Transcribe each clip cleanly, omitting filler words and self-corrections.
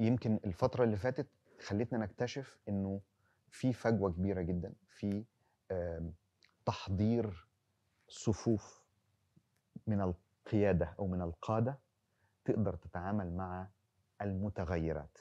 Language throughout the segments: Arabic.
يمكن الفترة اللي فاتت خلتنا نكتشف إنه في فجوة كبيرة جدا في تحضير صفوف من القيادة أو من القادة تقدر تتعامل مع المتغيرات.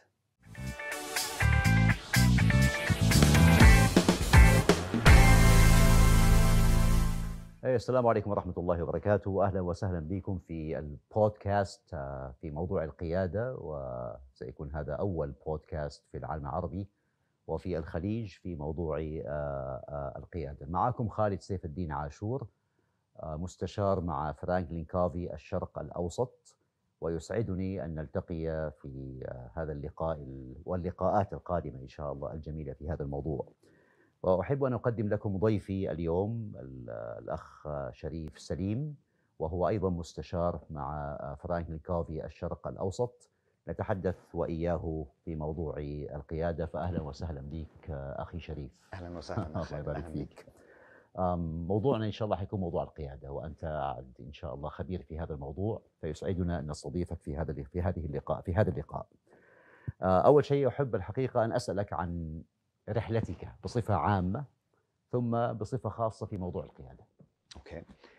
السلام عليكم ورحمة الله وبركاته. أهلا وسهلا بكم في البودكاست في موضوع القيادة، وسيكون هذا أول بودكاست في العالم العربي وفي الخليج في موضوع القيادة. معكم خالد سيف الدين عاشور، مستشار مع فرانكلين كوفي الشرق الأوسط، ويسعدني أن نلتقي في هذا اللقاء واللقاءات القادمة إن شاء الله الجميلة في هذا الموضوع. وأحب أن أقدم لكم ضيفي اليوم الأخ شريف سليم، وهو أيضا مستشار مع فرانكلين كوفي الشرق الأوسط. نتحدث وإياه في موضوع القيادة. فأهلا وسهلا بك أخي شريف. أهلا وسهلا. الله يبارك فيك. موضوعنا إن شاء الله حيكون موضوع القيادة، وأنت إن شاء الله خبير في هذا الموضوع، فيسعدنا أن نستضيفك في هذا اللقاء. أول شيء أحب الحقيقة أن أسألك عن رحلتك بصفة عامة، ثم بصفة خاصة في موضوع القيادة. أوكي.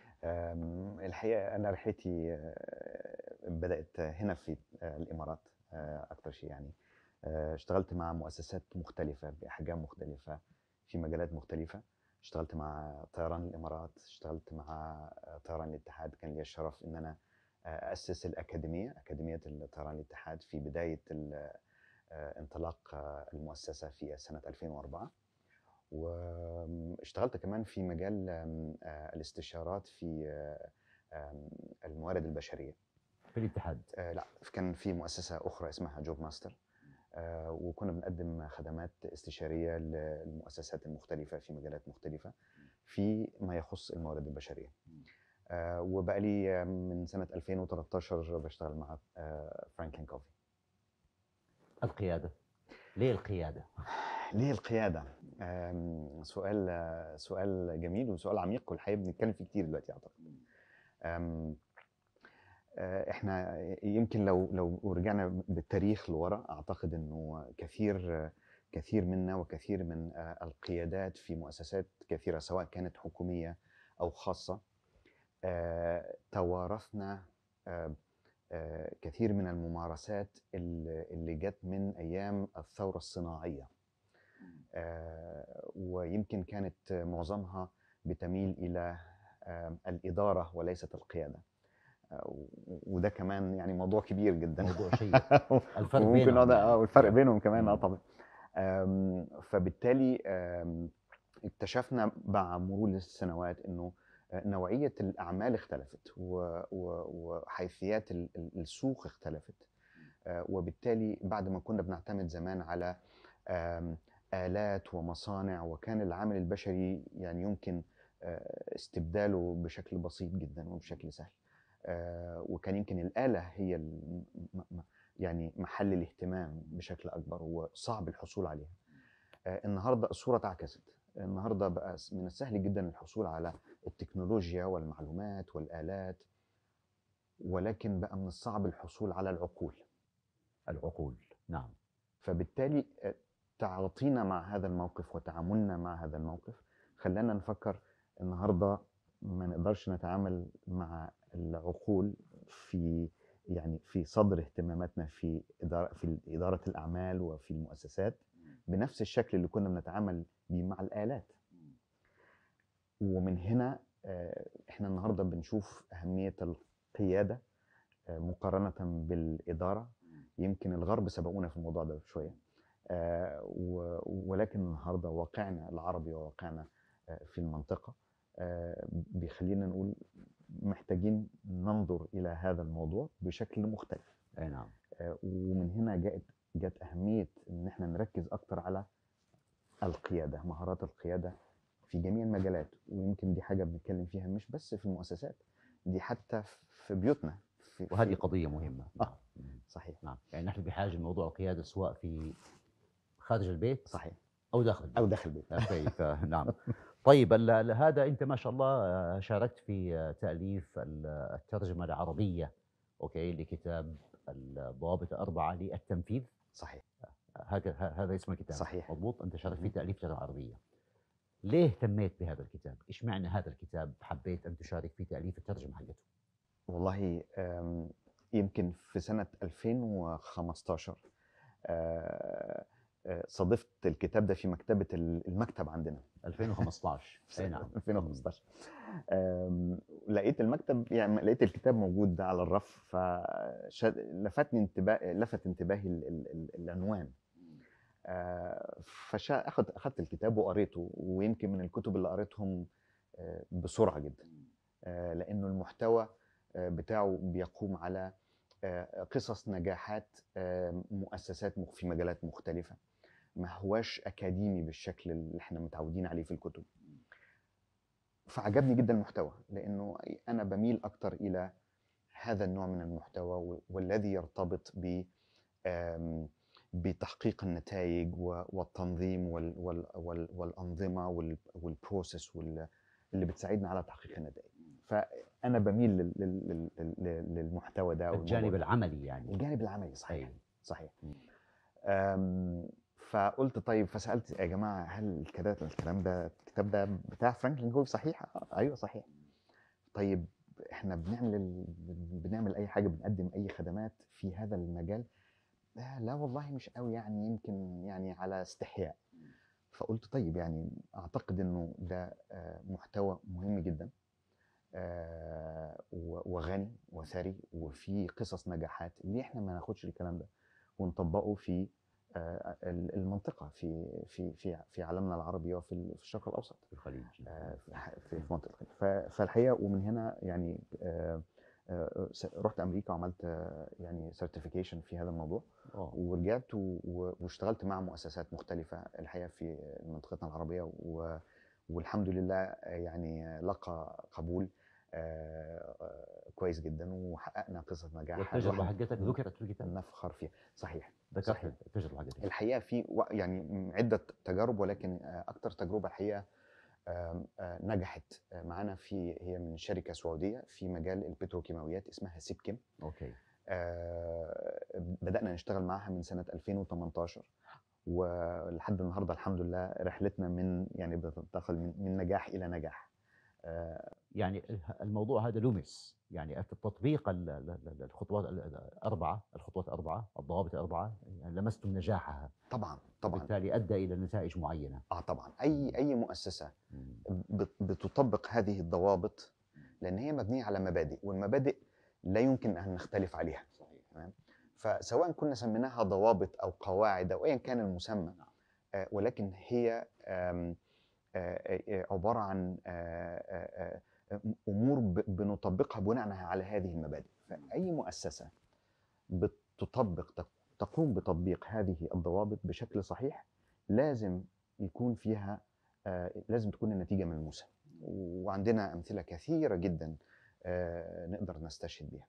الحقيقة أنا رحلتي بدأت هنا في الإمارات أكثر شيء. يعني اشتغلت مع مؤسسات مختلفة بأحجام مختلفة في مجالات مختلفة. اشتغلت مع طيران الإمارات، اشتغلت مع طيران الاتحاد. كان لي الشرف إن أنا أسس أكاديمية الطيران الاتحاد في بداية انطلاق المؤسسة في سنة 2004. واشتغلت كمان في مجال الاستشارات في الموارد البشرية في الاتحاد. لا، كان في مؤسسة أخرى اسمها جوب ماستر، وكنا بنقدم خدمات استشارية للمؤسسات المختلفة في مجالات مختلفة في ما يخص الموارد البشرية. وبقى لي من سنة 2013 بشتغل مع فرانكلين كوفي. القيادة، ليه القيادة؟ ليه القيادة؟ سؤال جميل وسؤال عميق، والحقيقة بنتكلم فيه كتير دلوقتي أعتقد. احنا يمكن لو رجعنا بالتاريخ لورا، أعتقد إنه كثير منا وكثير من القيادات في مؤسسات كثيرة سواء كانت حكومية أو خاصة توارثنا كثير من الممارسات اللي جت من أيام الثورة الصناعية، ويمكن كانت معظمها بتميل إلى الإدارة وليست القيادة. وده كمان يعني موضوع كبير جدا، موضوع شيق. الفرق ممكن بينهم يعني. والفرق بينهم كمان طبعا. فبالتالي اكتشفنا مع مرور السنوات انه نوعية الأعمال اختلفت وحيثيات السوق اختلفت. وبالتالي بعد ما كنا بنعتمد زمان على آلات ومصانع، وكان العامل البشري يعني يمكن استبداله بشكل بسيط جدا وبشكل سهل، وكان يمكن الآلة هي يعني محل الاهتمام بشكل أكبر وصعب الحصول عليها. النهاردة الصورة اتعكست. النهاردة بقى من السهل جدا الحصول على التكنولوجيا والمعلومات والآلات، ولكن بقى من الصعب الحصول على العقول. نعم. فبالتالي تعاطينا مع هذا الموقف وتعاملنا مع هذا الموقف خلانا نفكر النهاردة ما نقدرش نتعامل مع العقول في صدر اهتماماتنا في إدارة الأعمال وفي المؤسسات بنفس الشكل اللي كنا بنتعامل بيه مع الآلات. ومن هنا احنا النهاردة بنشوف أهمية القيادة مقارنة بالإدارة. يمكن الغرب سبقونا في الموضوع ده شوية، ولكن النهاردة واقعنا العربي وواقعنا في المنطقة بيخلينا نقول محتاجين ننظر إلى هذا الموضوع بشكل مختلف. نعم. ومن هنا جت أهمية إن احنا نركز أكتر على القيادة، مهارات القيادة في جميع المجالات. ويمكن دي حاجة بنتكلم فيها مش بس في المؤسسات، دي حتى في بيوتنا. وهذه قضية مهمة. صحيح. نعم. يعني نحن بحاجة لموضوع القيادة سواء في خارج البيت صحيح أو داخل البيت. نعم. طيب هذا أنت ما شاء الله شاركت في تأليف الترجمة العربية لكتاب الضوابط 4 للتنفيذ. هذا اسم الكتاب. صحيح. مضبوط. أنت شاركت في مهم. تأليف ترجمة عربية. ليه اهتميت بهذا الكتاب؟ إيش معنى هذا الكتاب حبيت أن تشارك في تأليف الترجمة حقته؟ والله يمكن في سنة 2015 صادفت الكتاب ده في مكتبة المكتب عندنا. 2015. أي نعم. 2015 لقيت المكتب، يعني لقيت الكتاب موجود ده على الرف، لفت انتباهي العنوان. أخذت الكتاب وقريته، ويمكن من الكتب اللي قريتهم بسرعة جدا، لأنه المحتوى بتاعه بيقوم على قصص نجاحات مؤسسات في مجالات مختلفة، ما هواش أكاديمي بالشكل اللي احنا متعودين عليه في الكتب. فعجبني جدا المحتوى، لأنه أنا بميل أكتر إلى هذا النوع من المحتوى، والذي يرتبط بتحقيق النتائج والتنظيم والأنظمة والبروسيس اللي بتساعدنا على تحقيق النتائج. فأنا بميل للمحتوى ده، الجانب العملي يعني. الجانب العملي. صحيح. أي. صحيح. فقلت طيب، فسألت يا جماعة هل الكلام ده الكتاب ده بتاع فرانكلين كوفي صحيح؟ أيوه صحيح. طيب احنا بنعمل أي حاجة، بنقدم أي خدمات في هذا المجال؟ لا والله مش قوي، يعني يمكن يعني على استحياء. فقلت طيب، يعني أعتقد إنه ده محتوى مهم جدا وغني وثري، وفي قصص نجاحات. ليه احنا ما ناخدش الكلام ده ونطبقه في المنطقة، في عالمنا العربي وفي الشرق الأوسط، في الخليج، في منطقة الخليج. فالحقيقة ومن هنا يعني رحت أمريكا وعملت يعني سيرتيفيكيشن في هذا الموضوع. ورجعت واشتغلت مع مؤسسات مختلفة الحقيقة في منطقتنا العربية، والحمد لله يعني لقى قبول كويس جدا، وحققنا قصة نجاح. والتجربة حقتك ذكرت في الكتاب؟ نفخر فيها. صحيح. ذكرت التجربة حقتك؟ الحقيقة في يعني عدة تجارب، ولكن أكتر تجربة الحقيقة نجحت معانا هي من شركة سعودية في مجال البتروكيماويات اسمها سيبكيم. أوكي. بدأنا نشتغل معها من سنة 2018، ولحد النهارده الحمد لله رحلتنا يعني بتنتقل من نجاح إلى نجاح. يعني الموضوع هذا لمس يعني في التطبيق الخطوات الأربعة، الضوابط الأربعة، يعني لمستم نجاحها. طبعا. وبالتالي أدى إلى نتائج معينة. طبعا. أي مؤسسة بتطبق هذه الضوابط، لأن هي مبنية على مبادئ، والمبادئ لا يمكن أن نختلف عليها. تمام. فسواء كنا سميناها ضوابط أو قواعد أو أيا كان المسمى، ولكن هي عبارة عن أمور بنطبقها بناء على هذه المبادئ. فأي مؤسسة تقوم بتطبيق هذه الضوابط بشكل صحيح، لازم يكون فيها لازم تكون النتيجة ملموسة. وعندنا أمثلة كثيرة جدا نقدر نستشهد بها.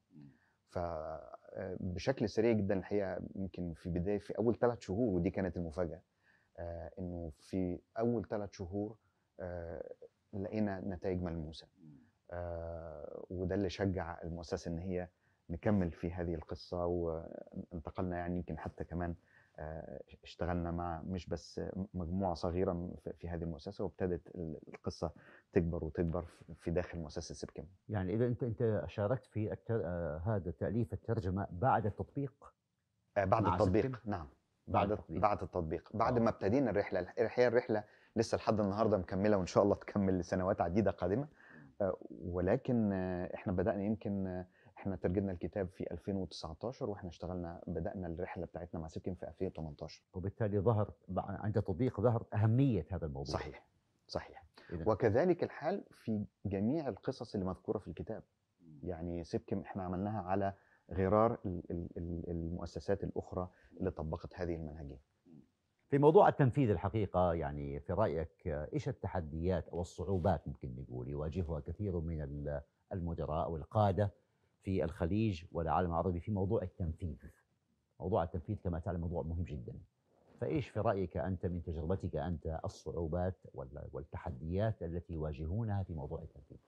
فبشكل سريع جدا الحقيقة، يمكن في أول 3 شهور، ودي كانت المفاجأة، إنه في أول 3 شهور لقينا نتائج ملموسة. وده اللي شجع المؤسسة إن هي نكمل في هذه القصة، وانتقلنا يعني يمكن حتى كمان اشتغلنا مع مش بس مجموعة صغيرة في هذه المؤسسة، وابتدت القصة تكبر وتكبر في داخل مؤسسة سيبكيم. يعني إذا أنت شاركت في هذا تأليف الترجمة بعد التطبيق؟ بعد التطبيق. نعم. بعد التطبيق، بعد ما ابتدينا الرحلة لسه لحد النهارده مكملة، وإن شاء الله تكمل لسنوات عديدة قادمة. ولكن احنا بدأنا، يمكن احنا ترجمنا الكتاب في 2019، واحنا بدأنا الرحلة بتاعتنا مع سيبكيم في 2018. وبالتالي عند التطبيق ظهرت أهمية هذا الموضوع. صحيح. وكذلك الحال في جميع القصص اللي مذكورة في الكتاب. يعني سيبكيم احنا عملناها على غرار المؤسسات الأخرى اللي طبقت هذه المنهجية. في موضوع التنفيذ الحقيقة، يعني في رأيك إيش التحديات أو الصعوبات ممكن نقول يواجهها كثير من المدراء والقادة في الخليج والعالم العربي في موضوع التنفيذ؟ موضوع التنفيذ كما تعلم موضوع مهم جدا. فإيش في رأيك أنت من تجربتك أنت الصعوبات والتحديات التي يواجهونها في موضوع التنفيذ؟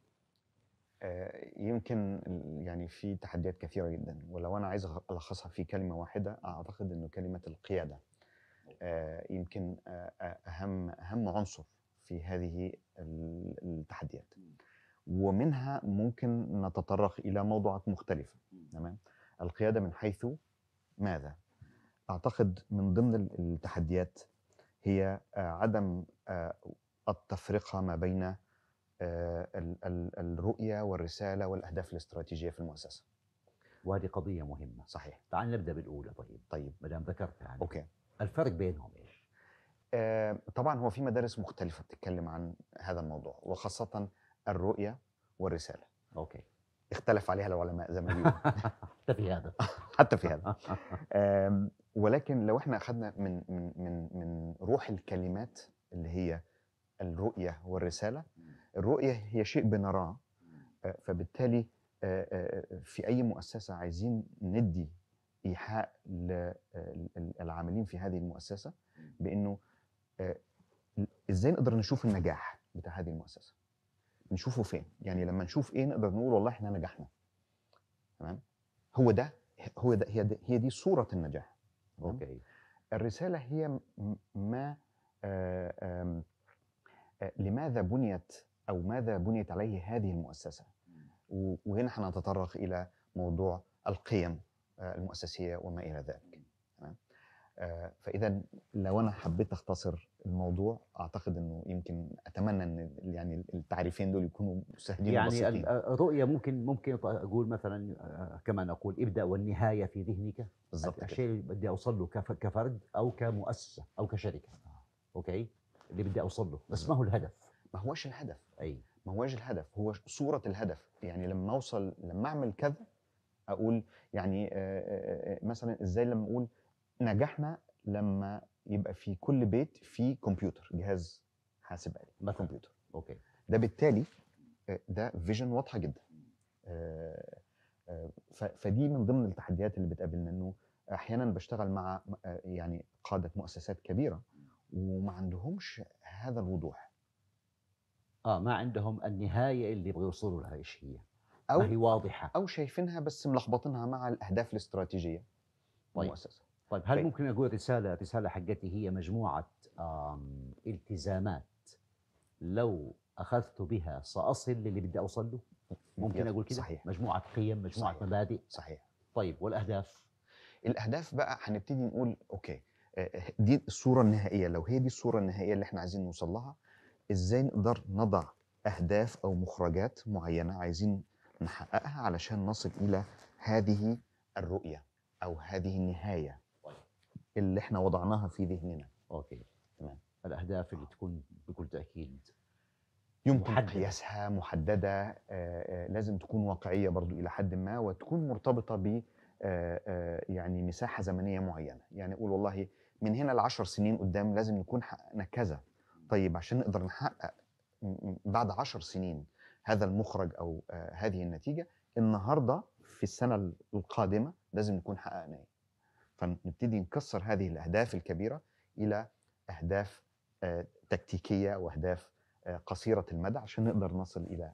يمكن يعني في تحديات كثيرة جدا، ولو أنا عايز ألخصها في كلمة واحدة، أعتقد أنه كلمة القيادة. يمكن أهم عنصر في هذه التحديات، ومنها ممكن نتطرق إلى موضوعات مختلفة. تمام. القيادة من حيث ماذا؟ أعتقد من ضمن التحديات هي عدم التفرقة ما بين الرؤية والرسالة والأهداف الاستراتيجية في المؤسسة. وهذه قضية مهمة. صحيح. تعال نبدأ بالأولى. طيب ما دام ذكرت يعني. أوكي. الفرق بينهم إيش؟ طبعا هو في مدارس مختلفة بتتكلم عن هذا الموضوع، وخاصة الرؤية والرسالة. أوكي. اختلف عليها العلماء زي ما بيقولوا. حتى في هذا. حتى في هذا. ولكن لو احنا أخذنا من روح الكلمات اللي هي الرؤية والرسالة، الرؤية هي شيء بنراه، فبالتالي في أي مؤسسة عايزين ندي إيحاء للعاملين في هذه المؤسسة بأنه إزاي نقدر نشوف النجاح بتاع هذه المؤسسة، نشوفه فين. يعني لما نشوف إيه نقدر نقول والله إحنا نجحنا. تمام. هي دي صورة النجاح. أوكي. الرسالة هي ما لماذا بنيت أو ماذا بنيت عليه هذه المؤسسة. وهنا حنتطرق إلى موضوع القيم المؤسسية وما إلى ذلك. تمام. فإذا لو أنا حبيت أختصر الموضوع، أعتقد إنه يمكن أتمنى إن يعني التعريفين دول يكونوا سهلين يعني وبسيطين. الرؤية ممكن أقول مثلا كما نقول إبدأ والنهاية في ذهنك. بالضبط. الشيء اللي بدي أوصل له كفرد أو كمؤسسة أو كشركة. أوكي. اللي بدي أوصل له، بس ما هو الهدف. ما هوش الهدف. أي. ما هوش الهدف، هو صورة الهدف. يعني لما أعمل كذا أقول يعني مثلا إزاي لما أقول نجحنا لما يبقى في كل بيت في كمبيوتر، جهاز حاسب آلي مثلا. كمبيوتر. أوكي. ده بالتالي ده فيجن واضحة جدا. فدي من ضمن التحديات اللي بتقابلنا، إنه أحيانا بشتغل مع يعني قادة مؤسسات كبيرة وما عندهمش هذا الوضوح. ما عندهم النهاية اللي يبغوا يوصلوا لها إيش هي، أو ما هي واضحة، أو شايفينها بس ملخبطينها مع الأهداف الاستراتيجية للمؤسسة. طيب هل ممكن أقول رسالة حقتي هي مجموعة التزامات لو أخذت بها سأصل للي بدي أوصل له؟ ممكن أقول كده؟ صحيح. مجموعة قيم، مجموعة صحيح. مبادئ. صحيح. طيب والأهداف؟ الأهداف بقى هنبتدي نقول أوكي، دي الصورة النهائية. لو هي دي الصورة النهائية اللي احنا عايزين نوصل لها، إزاي نقدر نضع أهداف أو مخرجات معينة عايزين نحققها علشان نصل إلى هذه الرؤية أو هذه النهاية اللي احنا وضعناها في ذهننا. أوكي. تمام. الأهداف اللي تكون بكل تأكيد يمكن قياسها محددة، لازم تكون واقعية برضو إلى حد ما، وتكون مرتبطة ب يعني مساحة زمنية معينة. يعني أقول والله من هنا ل10 سنين قدام لازم نكون حققنا كذا. طيب عشان نقدر نحقق بعد 10 سنين هذا المخرج أو هذه النتيجة، النهاردة في السنة القادمة لازم نكون حققناه. فنبتدي نكسر هذه الأهداف الكبيرة إلى أهداف تكتيكية وأهداف قصيرة المدى عشان نقدر نصل إلى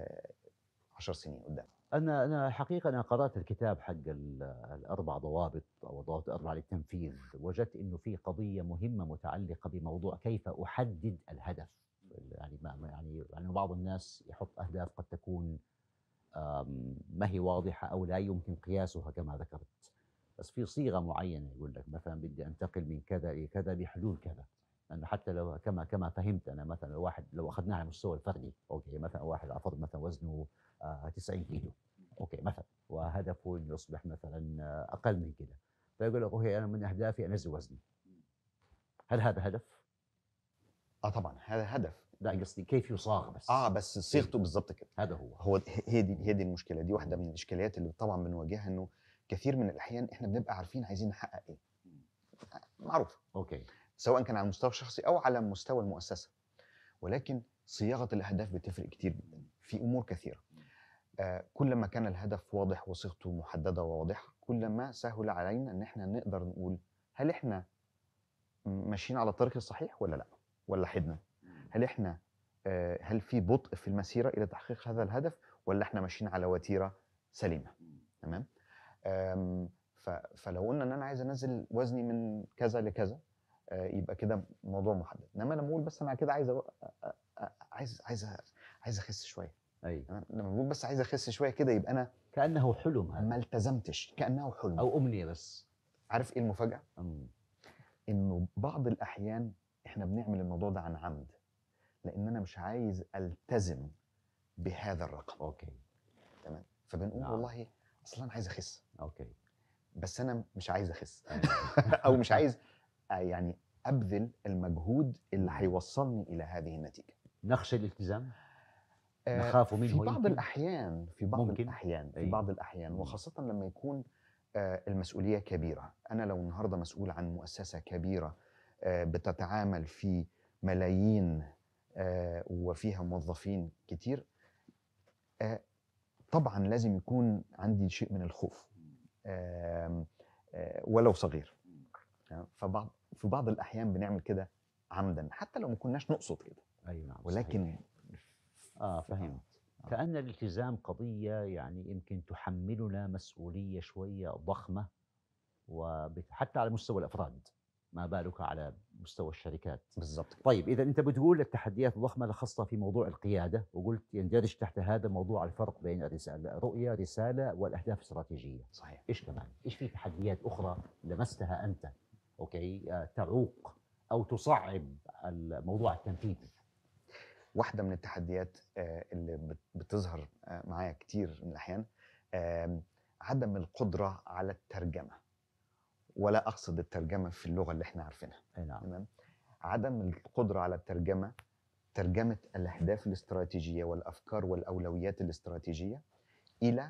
10 سنين قدام. أنا حقيقة أنا قرأت الكتاب حق الأربع ضوابط أو الضوابط الأربعة للتنفيذ، وجدت إنه في قضية مهمة متعلقة بموضوع كيف أحدد الهدف. يعني يعني بعض الناس يحط أهداف قد تكون ما هي واضحة أو لا يمكن قياسها كما ذكرت، بس في صيغة معينة يقول لك مثلا بدي أنتقل من كذا إلى كذا بحلول كذا. لأنه حتى لو كما فهمت أنا، مثلا لو أخذناها على المستوى الفردي، أوكي مثلا واحد على فرض مثلا وزنه 90 كيلو، أوكي مثلا، وهدفه إنه يصبح مثلا أقل من كده، فيقول لك أوكي أنا من أهدافي أنزل وزني. هل هذا هدف؟ طبعا هذا هدف. لا قصدي كيف يصاغ بس. بس صيغته بالظبط كده. هذا هو هي دي المشكلة. دي واحدة من الإشكاليات اللي طبعا بنواجهها، إنه كثير من الأحيان إحنا بنبقى عارفين عايزين نحقق إيه، معروف، أوكي، سواء كان على المستوى الشخصي أو على مستوى المؤسسة، ولكن صياغة الأهداف بتفرق كتير جدا في أمور كثيرة. كل ما كان الهدف واضح وصيغته محددة وواضحة، كل ما سهل علينا إن إحنا نقدر نقول هل إحنا ماشيين على الطريق الصحيح ولا لأ، ولا حدنا؟ هل إحنا هل في بطء في المسيرة إلى تحقيق هذا الهدف، ولا إحنا ماشيين على وتيرة سليمة؟ تمام. فلو قلنا إن أنا عايز أنزل وزني من كذا لكذا، يبقى كده موضوع محدد. انما لما اقول بس انا كده عايز اخس شويه، اي تمام؟ لما بقول بس عايز اخس شويه كده يبقى انا كانه حلم ما هذا التزمتش، كانه حلم. او امنيه بس. عارف ايه المفاجاه؟ أمم. انه بعض الاحيان احنا بنعمل الموضوع ده عن عمد، لان انا مش عايز التزم بهذا الرقم، اوكي تمام؟ فبنقول نعم. والله اصلا انا عايز اخس، اوكي بس انا مش عايز اخس أي. او مش عايز يعني ابذل المجهود اللي مم. هيوصلني الى هذه النتيجه. نخشى الالتزام، نخاف منه في بعض يمكن. الأحيان ممكن. في أي. بعض الأحيان مم. وخاصة لما يكون المسؤولية كبيرة. أنا لو النهاردة مسؤول عن مؤسسة كبيرة بتتعامل في ملايين وفيها موظفين كتير، طبعا لازم يكون عندي شيء من الخوف ولو صغير. في بعض الأحيان بنعمل كده عمدا حتى لو ما كناش نقصد كده، اي نعم ولكن صحيح. فهمت. كأن الالتزام قضية يعني يمكن تحملنا مسؤولية شوية ضخمة، وحتى على مستوى الأفراد، ما بالك على مستوى الشركات. بالظبط كده. طيب إذا أنت بتقول التحديات الضخمة خاصة في موضوع القيادة، وقلت يندرج تحت هذا موضوع الفرق بين الرؤية رسالة والأهداف الاستراتيجية. صحيح. إيش كمان؟ إيش في تحديات أخرى لمستها أنت أوكي تعوق أو تصعب الموضوع التنفيذي؟ واحدة من التحديات اللي بتظهر معايا كتير من الأحيان عدم القدرة على الترجمة، ولا أقصد الترجمة في اللغة اللي احنا عارفينها. نعم. تمام؟ عدم القدرة على ترجمة الأهداف الاستراتيجية والأفكار والأولويات الاستراتيجية إلى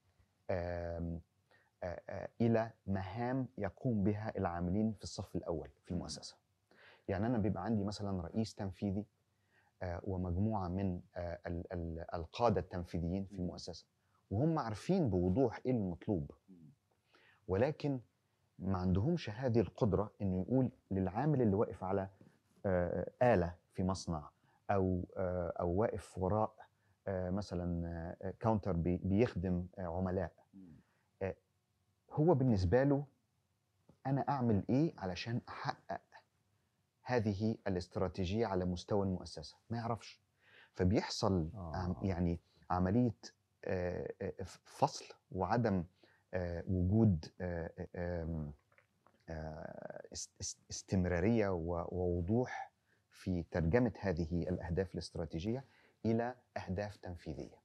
إلى مهام يقوم بها العاملين في الصف الأول في المؤسسة. يعني أنا بيبقى عندي مثلا رئيس تنفيذي ومجموعة من القادة التنفيذيين في المؤسسة، وهم عارفين بوضوح إيه المطلوب، ولكن ما عندهمش هذه القدرة إنه يقول للعامل اللي واقف على آلة في مصنع أو واقف وراء مثلا كاونتر بيخدم عملاء، هو بالنسبة له أنا أعمل إيه علشان أحقق هذه الاستراتيجية على مستوى المؤسسة؟ ما يعرفش. فبيحصل يعني عملية فصل وعدم وجود استمرارية ووضوح في ترجمة هذه الأهداف الاستراتيجية إلى أهداف تنفيذية.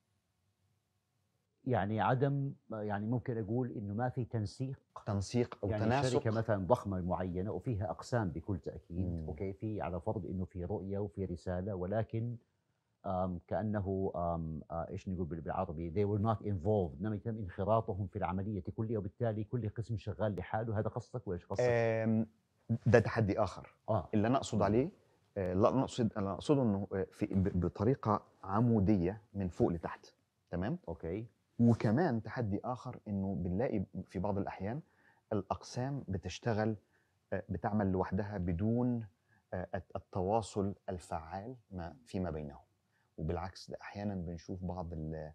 يعني عدم، يعني ممكن أقول إنه ما في تنسيق أو يعني تناسق. شركة مثلا ضخمة معينة وفيها أقسام بكل تأكيد. أوكي، في على فرض إنه في رؤية وفي رسالة، ولكن كأنه إيش نقول بالعربي they were not involved، لم يتم انخراطهم في العملية كلها، وبالتالي كل قسم شغال لحاله. هذا قصدك وإيش قصدك؟ ده تحدي آخر. اللي أنا أقصد عليه لا أنا أقصده إنه بطريقة عمودية من فوق لتحت. تمام؟ أوكي. وكمان تحدي آخر إنه بنلاقي في بعض الأحيان الأقسام بتعمل لوحدها بدون التواصل الفعال فيما بينهم، وبالعكس ده أحيانا بنشوف بعض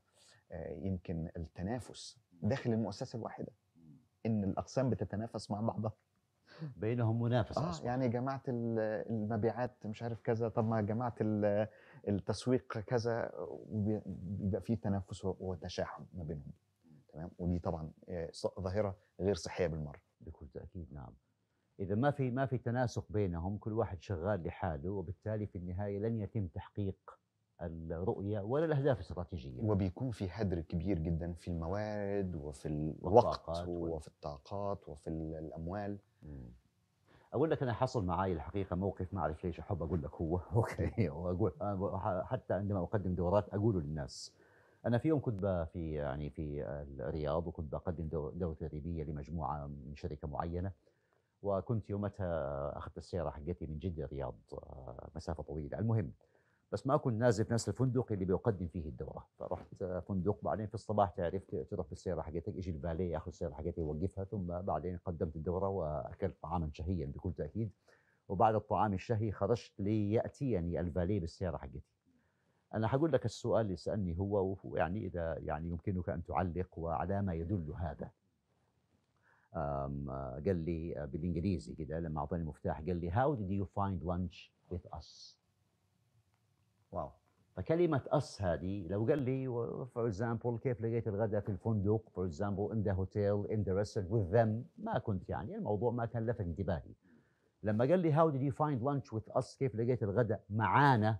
يمكن التنافس داخل المؤسسة الواحدة، إن الأقسام بتتنافس مع بعضها، بينهم منافسة أصلا. يعني جماعة المبيعات مش عارف كذا، طب ما جماعة التسويق كذا، وبيبقى فيه تنافس وتشاحن ما بينهم. تمام؟ ودي طبعا ظاهرة غير صحية بالمرة. بكل تأكيد نعم. إذا ما في تناسق بينهم، كل واحد شغال لحاله، وبالتالي في النهاية لن يتم تحقيق الرؤية ولا الأهداف الاستراتيجية، وبيكون في هدر كبير جدا في الموارد وفي الوقت وفي الطاقات وفي الأموال. أقول لك أنا حصل معي الحقيقة موقف، ما أعرف ليش أحب أقول لك هو أوكي، وأقول حتى عندما أقدم دورات أقوله للناس. أنا في يوم كنت في الرياض، وكنت بقدم دورة تدريبية لمجموعة من شركة معينة، وكنت يومتها أخذت السيارة حقتي من جدة الرياض مسافة طويلة. المهم، بس ما كنت نازل في نفس الفندق اللي بيقدم فيه الدورة، فرحت فندق. بعدين في الصباح تعرف تروح بالسيارة حقتك، يجي الفالي ياخذ السيارة حقتي يوقفها، ثم بعدين قدمت الدورة وأكلت طعاما شهيا بكل تأكيد. وبعد الطعام الشهي خرجت ليأتيني الفالي بالسيارة حقتي. أنا حقول لك السؤال اللي سألني هو، يعني إذا يعني يمكنك أن تعلق وعلى ما يدل هذا. قال لي بالانجليزي كده لما اعطاني المفتاح قال لي how did you find lunch with us. واو. فكلمة us هذه لو قال لي for example كيف لقيت الغداء في الفندق for example in the hotel in the restaurant with them ما كنت يعني الموضوع ما كان لفت انتباهي. لما قال لي how did you find lunch with us كيف لقيت الغداء معانا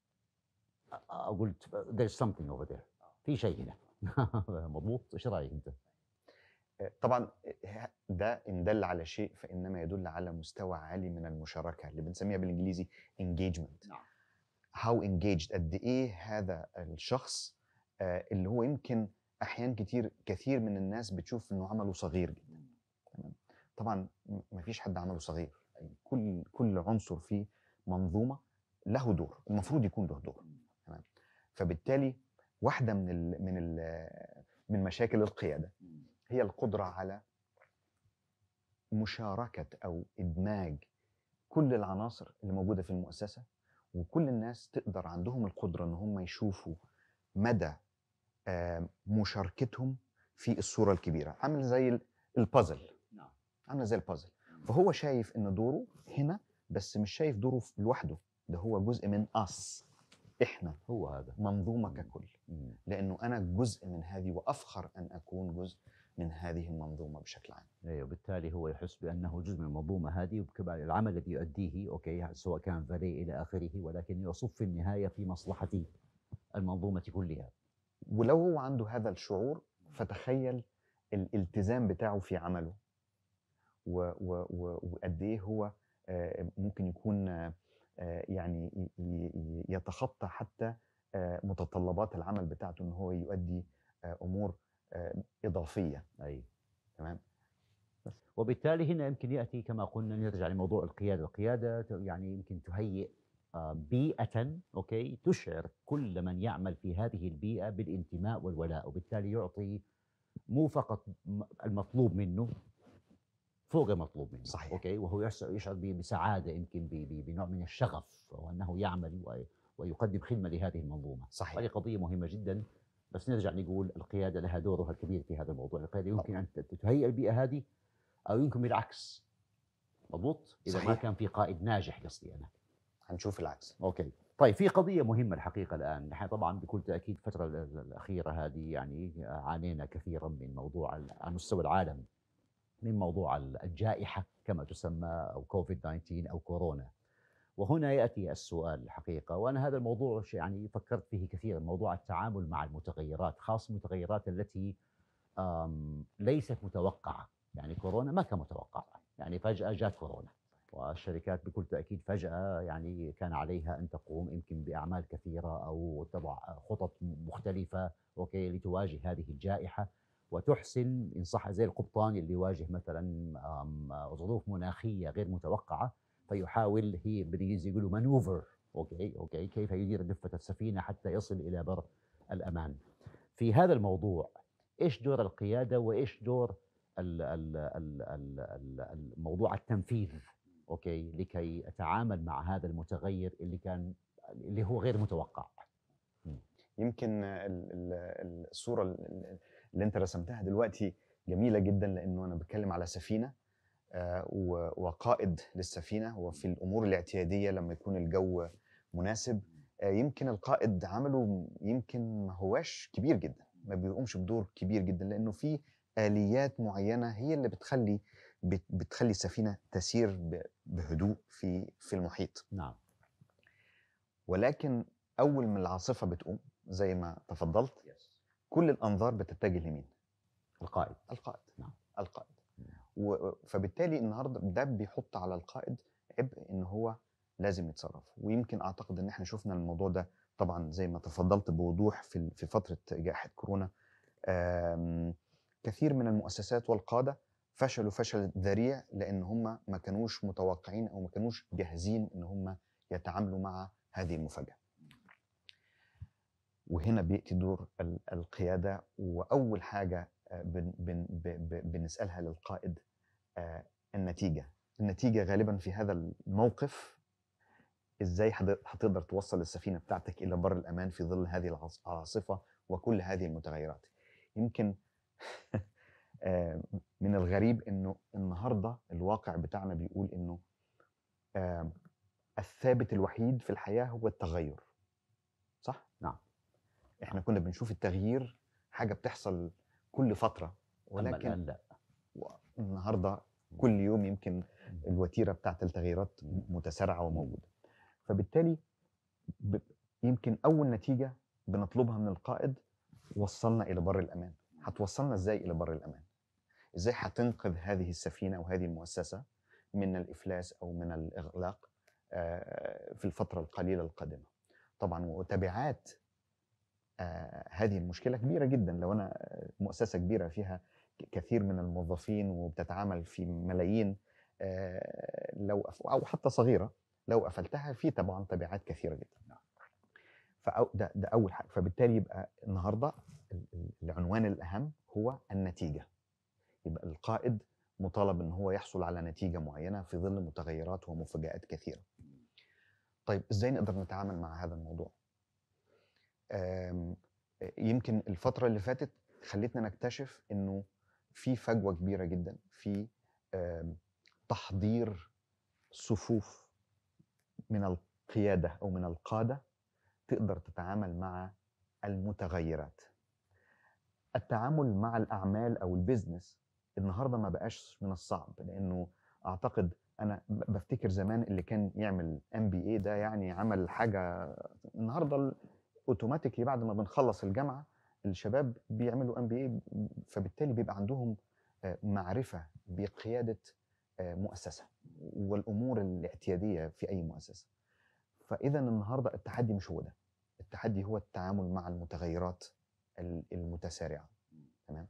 قلت there's something over there في شيء هنا. مضبوط. ايش رايك انت؟ طبعا ده إن دل على شيء فإنما يدل على مستوى عالي من المشاركة اللي بنسميها بالإنجليزي engagement. نعم. how engaged قد إيه هذا الشخص اللي هو يمكن أحيان كثير من الناس بتشوف إنه عمله صغير جدا. تمام. طبعا ما فيش حد عمله صغير، كل عنصر في منظومة له دور، المفروض يكون له دور. تمام. فبالتالي واحدة من مشاكل القيادة هي القدرة على مشاركة أو إدماج كل العناصر اللي موجودة في المؤسسة، وكل الناس تقدر عندهم القدرة إن هم يشوفوا مدى مشاركتهم في الصورة الكبيرة، عامل زي البازل. عاملة زي البازل. فهو شايف إن دوره هنا، بس مش شايف دوره لوحده، ده هو جزء من أس، إحنا هو هذا منظومة ككل. لأنه أنا جزء من هذه وأفخر أن أكون جزء من هذه المنظومة بشكل عام. ايوه، وبالتالي هو يحس بانه جزء من المنظومه هذه، وكمان العمل الذي يؤديه اوكي سواء كان فالي الى اخره، ولكن يصب في النهايه في مصلحه المنظومه كلها. ولو هو عنده هذا الشعور فتخيل الالتزام بتاعه في عمله، وقد ايه هو ممكن يكون يعني يتخطى حتى متطلبات العمل بتاعته، ان هو يؤدي امور اضافيه. اي تمام. وبالتالي هنا يمكن ياتي كما قلنا، نرجع لموضوع القياده. القياده يعني يمكن تهيئ بيئه اوكي تشعر كل من يعمل في هذه البيئه بالانتماء والولاء، وبالتالي يعطي مو فقط المطلوب منه فوق المطلوب منه. صحيح. اوكي، وهو يشعر بسعاده، يمكن بنوع من الشغف، وانه يعمل ويقدم خدمه لهذه المنظومه. صحيح. وهذه قضيه مهمه جدا. بس نرجع نقول القياده لها دورها الكبير في هذا الموضوع. القياده يمكن ان تهيئ البيئه هذه، او يمكن بالعكس. مضبوط. اذا صحيح. ما كان في قائد ناجح، قصدي انا. هنشوف العكس. اوكي. طيب، في قضيه مهمه الحقيقه الان، نحن طبعا بكل تاكيد الفتره الاخيره هذه يعني عانينا كثيرا من موضوع على مستوى العالم من موضوع الجائحة كما تسمى، أو كوفيد 19 أو كورونا. وهنا يأتي السؤال الحقيقة، وأنا هذا الموضوع يعني فكرت فيه كثيرا، موضوع التعامل مع المتغيرات، خاصة المتغيرات التي ليست متوقعة. يعني كورونا ما كان متوقع، يعني فجأة جاءت كورونا، والشركات بكل تأكيد فجأة يعني كان عليها أن تقوم يمكن بأعمال كثيرة أو تضع خطط مختلفة أوكي لتواجه هذه الجائحة، وتحسن إن صح زي القبطان اللي يواجه مثلا ظروف مناخية غير متوقعة، فيحاول، هي بالإنجليزي يقولوا مانوفر، أوكي كيف يدير دفة السفينة حتى يصل إلى بر الأمان. في هذا الموضوع إيش دور القيادة، وإيش دور الموضوع التنفيذ أوكي لكي أتعامل مع هذا المتغير اللي هو غير متوقع؟ يمكن الصورة اللي انت رسمتها دلوقتي جميلة جدا، لانه انا بتكلم على سفينة وقائد للسفينة، وفي الامور الاعتيادية لما يكون الجو مناسب يمكن القائد عمله يمكن ما هواش كبير جدا، ما بيقومش بدور كبير جدا، لانه في آليات معينة هي اللي بتخلي السفينة تسير بهدوء في المحيط. نعم. ولكن اول ما العاصفة بتقوم زي ما تفضلت كل الانظار بتتجه لمين؟ القائد. نعم. القائد. فبالتالي النهارده ده بيحط على القائد عبء ان هو لازم يتصرف. ويمكن اعتقد ان احنا شفنا الموضوع ده طبعا زي ما تفضلت بوضوح في فتره جائحه كورونا. كثير من المؤسسات والقاده فشلوا فشل ذريع، لان هم ما كانوش متوقعين او ما كانوش جاهزين ان هم يتعاملوا مع هذه المفاجاه. وهنا بيأتي دور القيادة، وأول حاجة بنسألها للقائد النتيجة غالبا في هذا الموقف، إزاي هتقدر توصل السفينة بتاعتك إلى بر الأمان في ظل هذه العاصفة وكل هذه المتغيرات. يمكن من الغريب انه النهارده الواقع بتاعنا بيقول انه الثابت الوحيد في الحياه هو التغير. صح؟ نعم. احنا كنا بنشوف التغيير حاجه بتحصل كل فتره، أما ولكن الآن لا. النهارده كل يوم يمكن الوتيره بتاعت التغييرات متسارعه وموجوده. فبالتالي يمكن اول نتيجه بنطلبها من القائد، وصلنا الى بر الامان. هتوصلنا ازاي الى بر الامان؟ ازاي هتنقذ هذه السفينه او هذه المؤسسه من الافلاس او من الاغلاق في الفتره القليله القادمه؟ طبعا وتبعات هذه المشكله كبيره جدا. لو انا مؤسسه كبيره فيها كثير من الموظفين وبتتعامل في ملايين، لو او حتى صغيره، لو قفلتها في طبعا تبعات كثيره جدا. ده اول حاجه. فبالتالي يبقى النهارده العنوان الاهم هو النتيجه. يبقى القائد مطالب ان هو يحصل على نتيجه معينه في ظل متغيرات ومفاجآت كثيره. طيب ازاي نقدر نتعامل مع هذا الموضوع؟ يمكن الفتره اللي فاتت خلتنا نكتشف انه في فجوه كبيره جدا في تحضير صفوف من القياده او من القاده تقدر تتعامل مع المتغيرات. التعامل مع الأعمال أو البيزنس النهاردة ما بقاش من الصعب، لأنه أعتقد أنا بفتكر زمان اللي كان يعمل MBA ده يعني عمل حاجة. النهاردة أوتوماتيكلي بعد ما بنخلص الجامعة الشباب بيعملوا MBA، فبالتالي بيبقى عندهم معرفة بقيادة مؤسسة والأمور الاعتيادية في أي مؤسسة. فإذا النهاردة التحدي مش هو ده، التحدي هو التعامل مع المتغيرات المتسارعة. تمام.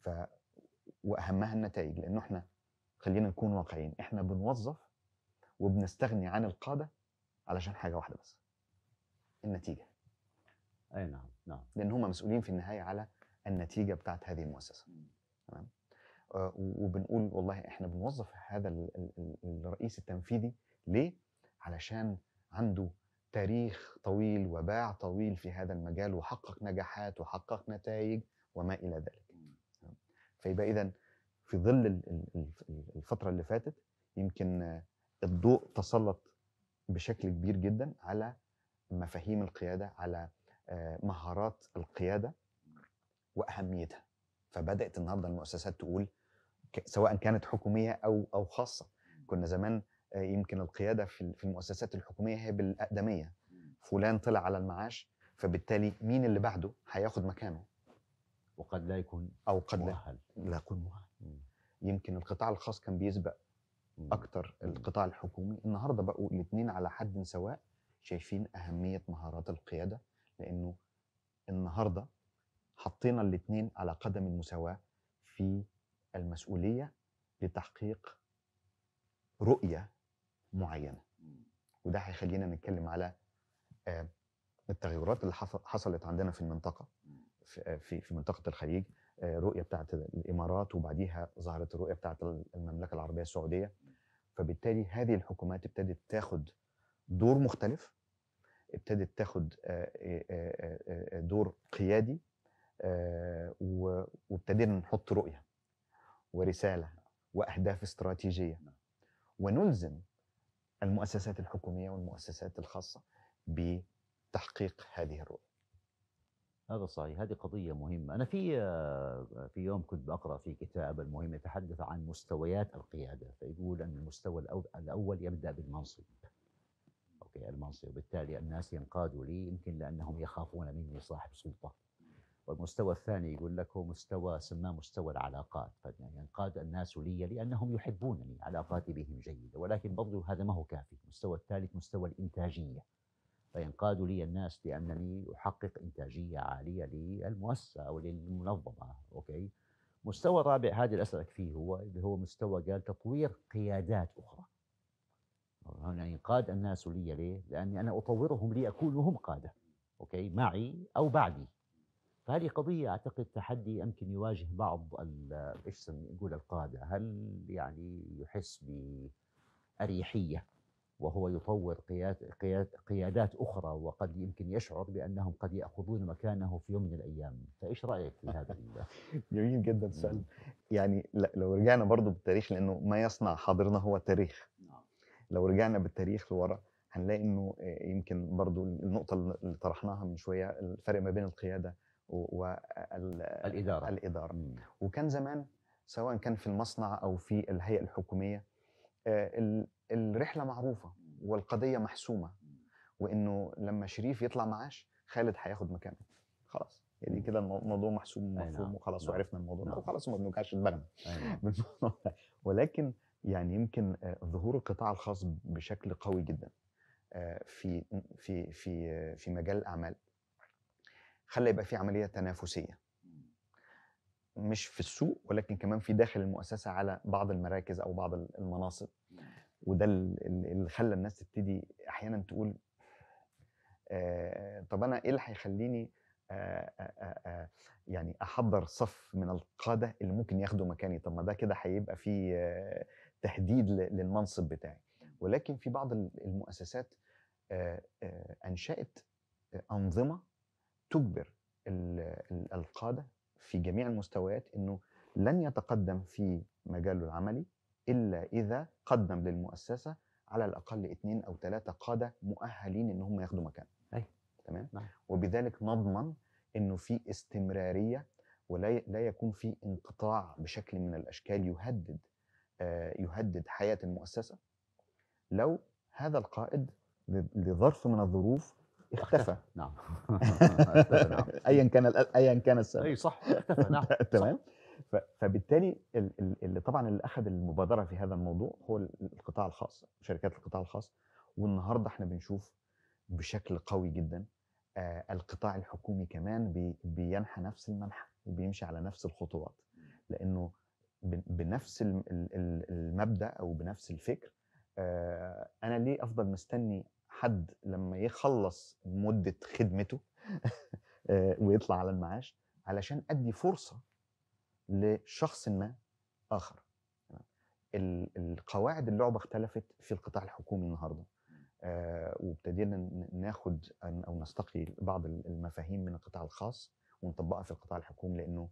واهمها النتائج، لانه احنا خلينا نكون واقعيين، احنا بنوظف وبنستغني عن القادة علشان حاجة واحدة بس، النتيجة. اي نعم نعم. لان هم مسؤولين في النهاية على النتيجة بتاعت هذه المؤسسة. تمام. وبنقول والله احنا بنوظف هذا الرئيس التنفيذي ليه؟ علشان عنده تاريخ طويل وباع طويل في هذا المجال، وحقق نجاحات وحقق نتائج وما إلى ذلك. فيبقى إذن في ظل الفترة اللي فاتت يمكن الضوء تسلط بشكل كبير جدا على مفاهيم القيادة، على مهارات القيادة وأهميتها. فبدأت النهاردة المؤسسات تقول سواء كانت حكومية أو خاصة. كنا زمان يمكن القيادة في المؤسسات الحكومية هي بالأقدمية، فلان طلع على المعاش فبالتالي مين اللي بعده هياخد مكانه، وقد لا يكون أو قد مؤهل. لا يكون مؤهل. يمكن القطاع الخاص كان بيسبق أكتر القطاع الحكومي. النهاردة بقوا الاثنين على حد سواء شايفين أهمية مهارات القيادة، لأنه النهاردة حطينا الاثنين على قدم المساواة في المسؤولية لتحقيق رؤية معينة. وده هيخلينا نتكلم على التغيرات اللي حصلت عندنا في المنطقة، في منطقة الخليج، رؤية بتاعت الإمارات، وبعديها ظهرت الرؤية بتاعت المملكة العربية السعودية. فبالتالي هذه الحكومات ابتدت تاخد دور مختلف، ابتدت تاخد دور قيادي، وابتدينا نحط رؤية ورسالة وأهداف استراتيجية، ونلزم المؤسسات الحكومية والمؤسسات الخاصة بتحقيق هذه الرؤية. هذا صحيح، هذه قضية مهمة. أنا في يوم كنت بقرأ في كتاب، المهم يتحدث عن مستويات القيادة، فيقول أن المستوى الأول يبدأ بالمنصب. أوكي، المنصب، وبالتالي الناس ينقادوا لي يمكن لأنهم يخافون مني صاحب سلطة. والمستوى الثاني يقول لك هو مستوى سماه مستوى العلاقات، فينقاد الناس لي لأنهم يحبونني، علاقاتي بهم جيدة، ولكن برضو هذا ما هو كافي. المستوى الثالث مستوى الإنتاجية، فينقاد لي الناس لأنني أحقق إنتاجية عالية للمؤسسة أو للمنظمة. أوكي. مستوى رابع، هذا اللي أسألك فيه، هو اللي هو مستوى قال تطوير قيادات أخرى. يعني ينقاد الناس لي ليه؟ لأني أنا أطورهم ليكونوا هم قادة، أوكي، معي أو بعدي. فهذه قضية أعتقد تحدي يمكن يواجه بعض إيش نقول القادة. هل يعني يحس بأريحية وهو يطور قيادات أخرى، وقد يمكن يشعر بأنهم قد يأخذون مكانه في يوم من الأيام. فإيش رأيك في هذا جميل جدا السؤال. يعني لو رجعنا برضو بالتاريخ، لأنه ما يصنع حاضرنا هو التاريخ. لو رجعنا بالتاريخ لورا هنلاقي انه يمكن برضو النقطة اللي طرحناها من شوية، الفرق ما بين القيادة والإدارة. وكان زمان سواء كان في المصنع أو في الهيئة الحكومية الرحلة معروفة والقضية محسومة، وإنه لما شريف يطلع معاش خالد هياخد مكانه. خلاص يعني كده الموضوع محسوم ومفهوم وخلاص، وعرفنا الموضوع ده وخلاص، ما بنوجعش دماغنا بالموضوع ده. ولكن يعني يمكن ظهور القطاع الخاص بشكل قوي جدا في في مجال الأعمال خلى يبقى في عملية تنافسية، مش في السوق ولكن كمان في داخل المؤسسة على بعض المراكز أو بعض المناصب. وده اللي خلى الناس تبتدي أحيانا تقول طب أنا إيه اللي هيخليني يعني أحضر صف من القادة اللي ممكن ياخدوا مكاني؟ طب ما ده كده هيبقى في تهديد للمنصب بتاعي. ولكن في بعض المؤسسات أنشأت أنظمة تجبر القادة في جميع المستويات إنه لن يتقدم في مجاله العملي إلا إذا قدم للمؤسسة على الأقل 2 أو 3 قادة مؤهلين إن هم ياخدوا مكانه. تمام؟ وبذلك نضمن إنه في استمرارية ولا يكون في انقطاع بشكل من الأشكال يهدد حياة المؤسسة لو هذا القائد لظرف من الظروف اختفى. نعم. ايا كان السبب. اي صح، اختفى. نعم. تمام. فبالتالي اللي طبعا اللي اخذ المبادره في هذا الموضوع هو القطاع الخاص، شركات القطاع الخاص. والنهارده احنا بنشوف بشكل قوي جدا القطاع الحكومي كمان بينحى نفس المنحى وبيمشي على نفس الخطوات، لانه بنفس المبدا او بنفس الفكر. انا ليه افضل مستني حد لما يخلص مده خدمته ويطلع على المعاش علشان ادي فرصه لشخص ما اخر؟ القواعد اللعبه اختلفت في القطاع الحكومي النهارده، وابتدينا ناخد او نستقي بعض المفاهيم من القطاع الخاص ونطبقها في القطاع الحكومي، لانه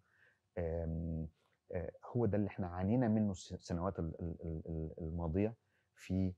هو ده اللي احنا عانينا منه السنوات الماضيه في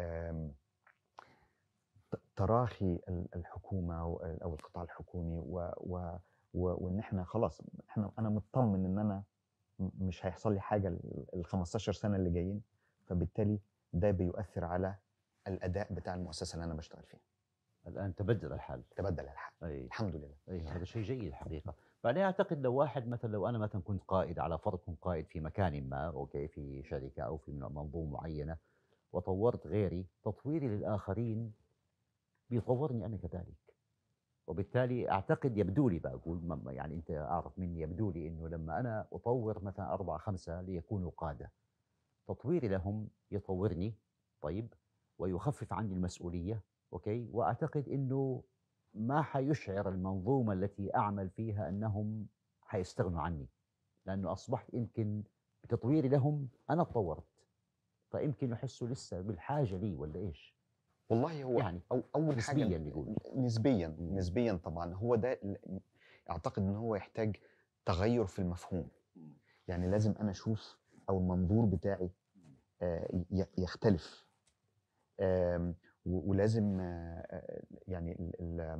تراخي الحكومه او القطاع الحكومي، وان احنا خلاص انا مطمن ان انا مش هيحصل لي حاجه ال 15 سنه اللي جايين، فبالتالي ده بيؤثر على الاداء بتاع المؤسسه اللي انا بشتغل فيها. الان تبدل الحال. الحمد لله. هذا شيء جيد الحقيقه. بعدين اعتقد لو واحد مثلا، لو انا مثلا كنت قائد، على فرض كنت قائد في مكان ما، اوكي، في شركه او في منظومه معينه، وطورت غيري، تطويري للاخرين بيطورني انا كذلك. وبالتالي اعتقد، يبدو لي، بقول يعني انت اعرف مني، يبدو لي انه لما انا اطور مثلا 4 5 ليكونوا قاده، تطويري لهم يطورني، طيب، ويخفف عني المسؤوليه، اوكي، واعتقد انه ما حيشعر المنظومه التي اعمل فيها انهم حيستغنوا عني، لانه اصبحت يمكن بتطويري لهم انا تطورت، فيمكن يحسوا لسه بالحاجه لي، ولا ايش؟ والله هو يعني اول نسبيا حاجه نقول نسبيا طبعا هو ده اعتقد ان هو يحتاج تغير في المفهوم. يعني لازم انا اشوف او المنظور بتاعي يختلف، ولازم يعني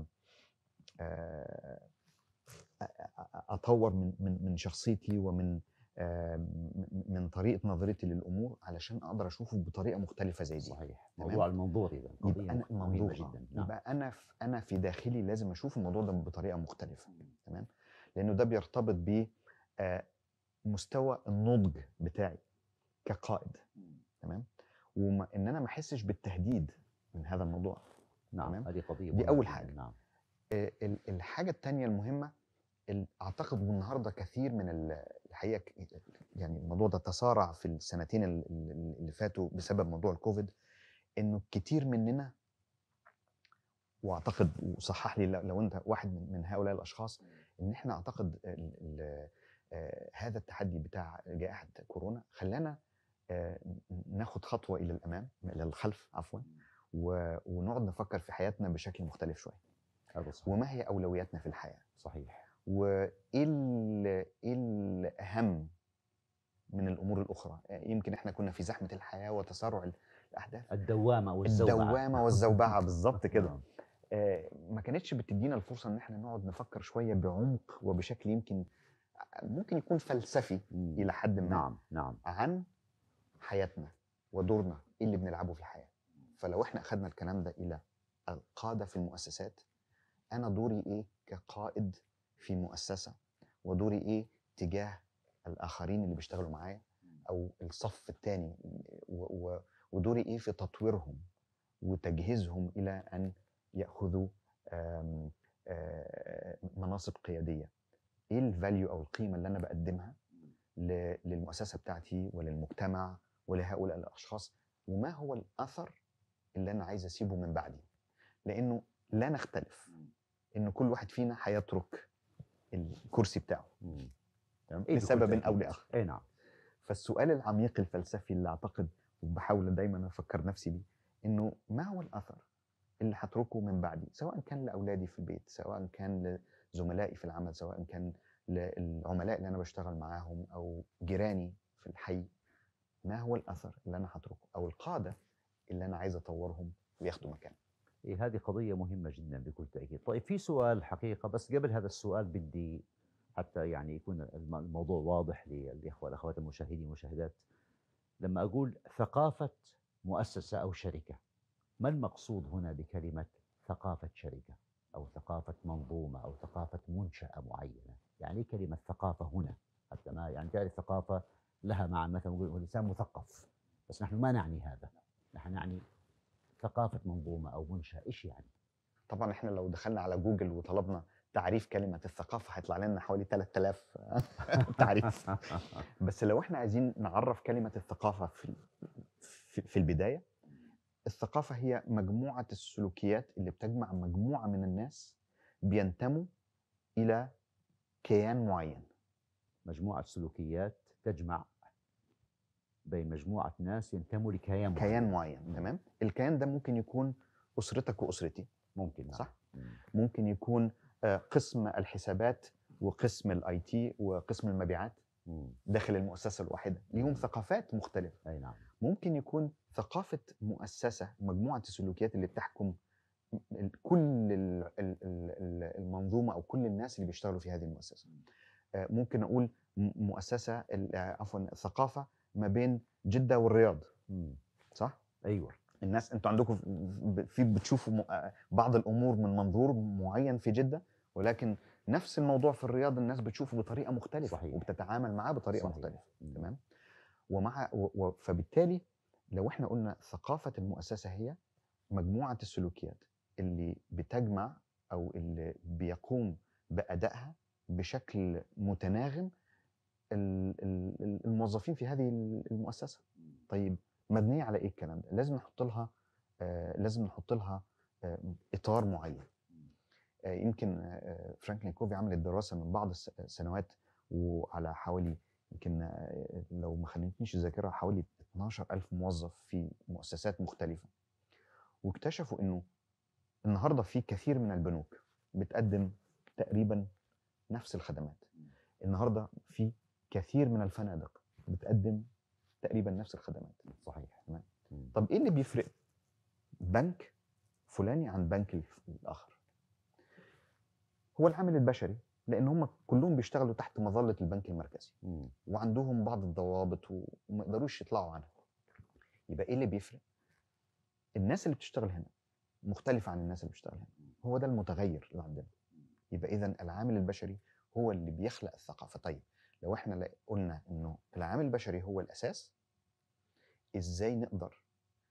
اطور من شخصيتي ومن من طريقه نظرتي للامور علشان اقدر اشوفه بطريقه مختلفه زي دي. صحيح. موضوع المنظور اذا يبقى انا مهمه جدا. نعم. يبقى انا في داخلي لازم اشوف الموضوع ده بطريقه مختلفه. تمام. لانه ده بيرتبط ب مستوى النضج بتاعي كقائد. تمام. وان انا ما احسش بالتهديد من هذا الموضوع. نعم. هذه قضيه دي اول حاجه. نعم. الحاجه الثانيه المهمه، اعتقد النهارده كثير من الحقيقه، يعني الموضوع ده تسارع في السنتين اللي فاتوا بسبب موضوع الكوفيد، انه كتير مننا، واعتقد وصحح لي لو انت واحد من هؤلاء الاشخاص، ان احنا اعتقد هذا التحدي بتاع جائحه كورونا خلانا ناخد خطوه الى الامام، الى الخلف عفوا، ونقعد نفكر في حياتنا بشكل مختلف شويه. هذا صحيح. وما هي اولوياتنا في الحياه؟ صحيح. وايه إيه الاهم من الامور الاخرى؟ يمكن احنا كنا في زحمه الحياه وتسارع الاحداث، الدوامة والزوبعة. الدوامه والزوبعه بالظبط كده. نعم. ما كانتش بتدينا الفرصه ان احنا نقعد نفكر شويه بعمق وبشكل يمكن ممكن يكون فلسفي الى حد ما. نعم نعم. عن حياتنا ودورنا ايه اللي بنلعبه في الحياه. فلو احنا اخذنا الكلام ده الى القاده في المؤسسات، انا دوري ايه كقائد في مؤسسه، ودوري ايه تجاه الاخرين اللي بيشتغلوا معايا او الصف الثاني، ودوري ايه في تطويرهم وتجهيزهم الى ان ياخذوا مناصب قياديه. ايه الفاليو او القيمه اللي انا بقدمها للمؤسسه بتاعتي وللمجتمع ولهؤلاء الاشخاص، وما هو الاثر اللي انا عايز اسيبه من بعدي. لانه لا نختلف ان كل واحد فينا هيترك الكرسي بتاعه تمام لسبب او لاخر. اي نعم. فالسؤال العميق الفلسفي اللي اعتقد وبحاول دايما افكر نفسي بيه، انه ما هو الاثر اللي هتركه من بعدي، سواء كان لاولادي في البيت، سواء كان لزملائي في العمل، سواء كان للعملاء اللي انا بشتغل معاهم او جيراني في الحي. ما هو الاثر اللي انا هتركه، او القاده اللي انا عايز اطورهم وياخدوا مكاني؟ إيه، هذه قضية مهمة جدا بكل تأكيد. طيب في سؤال حقيقة، بس قبل هذا السؤال بدي حتى يعني يكون الموضوع واضح للإخوة والأخوات المشاهدين والمشاهدات. لما أقول ثقافة مؤسسة أو شركة، ما المقصود هنا بكلمة ثقافة شركة أو ثقافة منظومة أو ثقافة منشأة معينة؟ يعني كلمة ثقافة هنا حتى ما يعني تعرف ثقافة لها معنى، مثلا نقول الإنسان مثقف، بس نحن ما نعني هذا، نحن نعني ثقافة منظومة أو منشأة. إيش يعني؟ طبعا احنا لو دخلنا على جوجل وطلبنا تعريف كلمة الثقافة هيطلع لنا حوالي 3000 تعريف. بس لو احنا عايزين نعرف كلمة الثقافة في البداية، الثقافة هي مجموعة السلوكيات اللي بتجمع مجموعة من الناس بينتموا إلى كيان معين. مجموعة سلوكيات تجمع بين مجموعة ناس ينتموا لكيان معين. كيان معين، تمام. الكيان ده ممكن يكون أسرتك وأسرتي، ممكن. صح؟ ممكن يكون قسم الحسابات وقسم الاي تي وقسم المبيعات داخل المؤسسه الواحده، ليهم ثقافات مختلفه. اي نعم. ممكن يكون ثقافه مؤسسه مجموعه السلوكيات اللي بتحكم كل المنظومه او كل الناس اللي بيشتغلوا في هذه المؤسسه. ممكن اقول مؤسسه عفوا ثقافه ما بين جده والرياض، صح؟ ايوه. الناس انتوا عندكم بتشوفوا بعض الامور من منظور معين في جده، ولكن نفس الموضوع في الرياض الناس بتشوفه بطريقه مختلفه. صحيح. وبتتعامل معاه بطريقه صحيح. مختلفه. تمام. فبالتالي لو احنا قلنا ثقافه المؤسسه هي مجموعه السلوكيات اللي بتجمع او اللي بيقوم بادائها بشكل متناغم الموظفين في هذه المؤسسه. طيب مبنيه على ايه الكلام ده؟ لازم نحط لها اطار معين. يمكن فرانكلين كوفي عمل الدراسه من بعض السنوات، وعلى حوالي يمكن لو ما خلتنيش الذاكره حوالي 12,000 موظف في مؤسسات مختلفه، واكتشفوا انه النهارده في كثير من البنوك بتقدم تقريبا نفس الخدمات. النهارده في كثير من الفنادق بتقدم تقريبا نفس الخدمات. صحيح. تمام. طب ايه اللي بيفرق بنك فلاني عن بنك الاخر؟ هو العامل البشري، لان هم كلهم بيشتغلوا تحت مظله البنك المركزي وعندهم بعض الضوابط وما يقدروش يطلعوا عنها. يبقى ايه اللي بيفرق؟ الناس اللي بتشتغل هنا مختلفه عن الناس اللي بتشتغل هنا، هو ده المتغير اللي عندنا. يبقى اذا العامل البشري هو اللي بيخلق الثقافه. طيب لو احنا قلنا انه العامل البشري هو الاساس، ازاي نقدر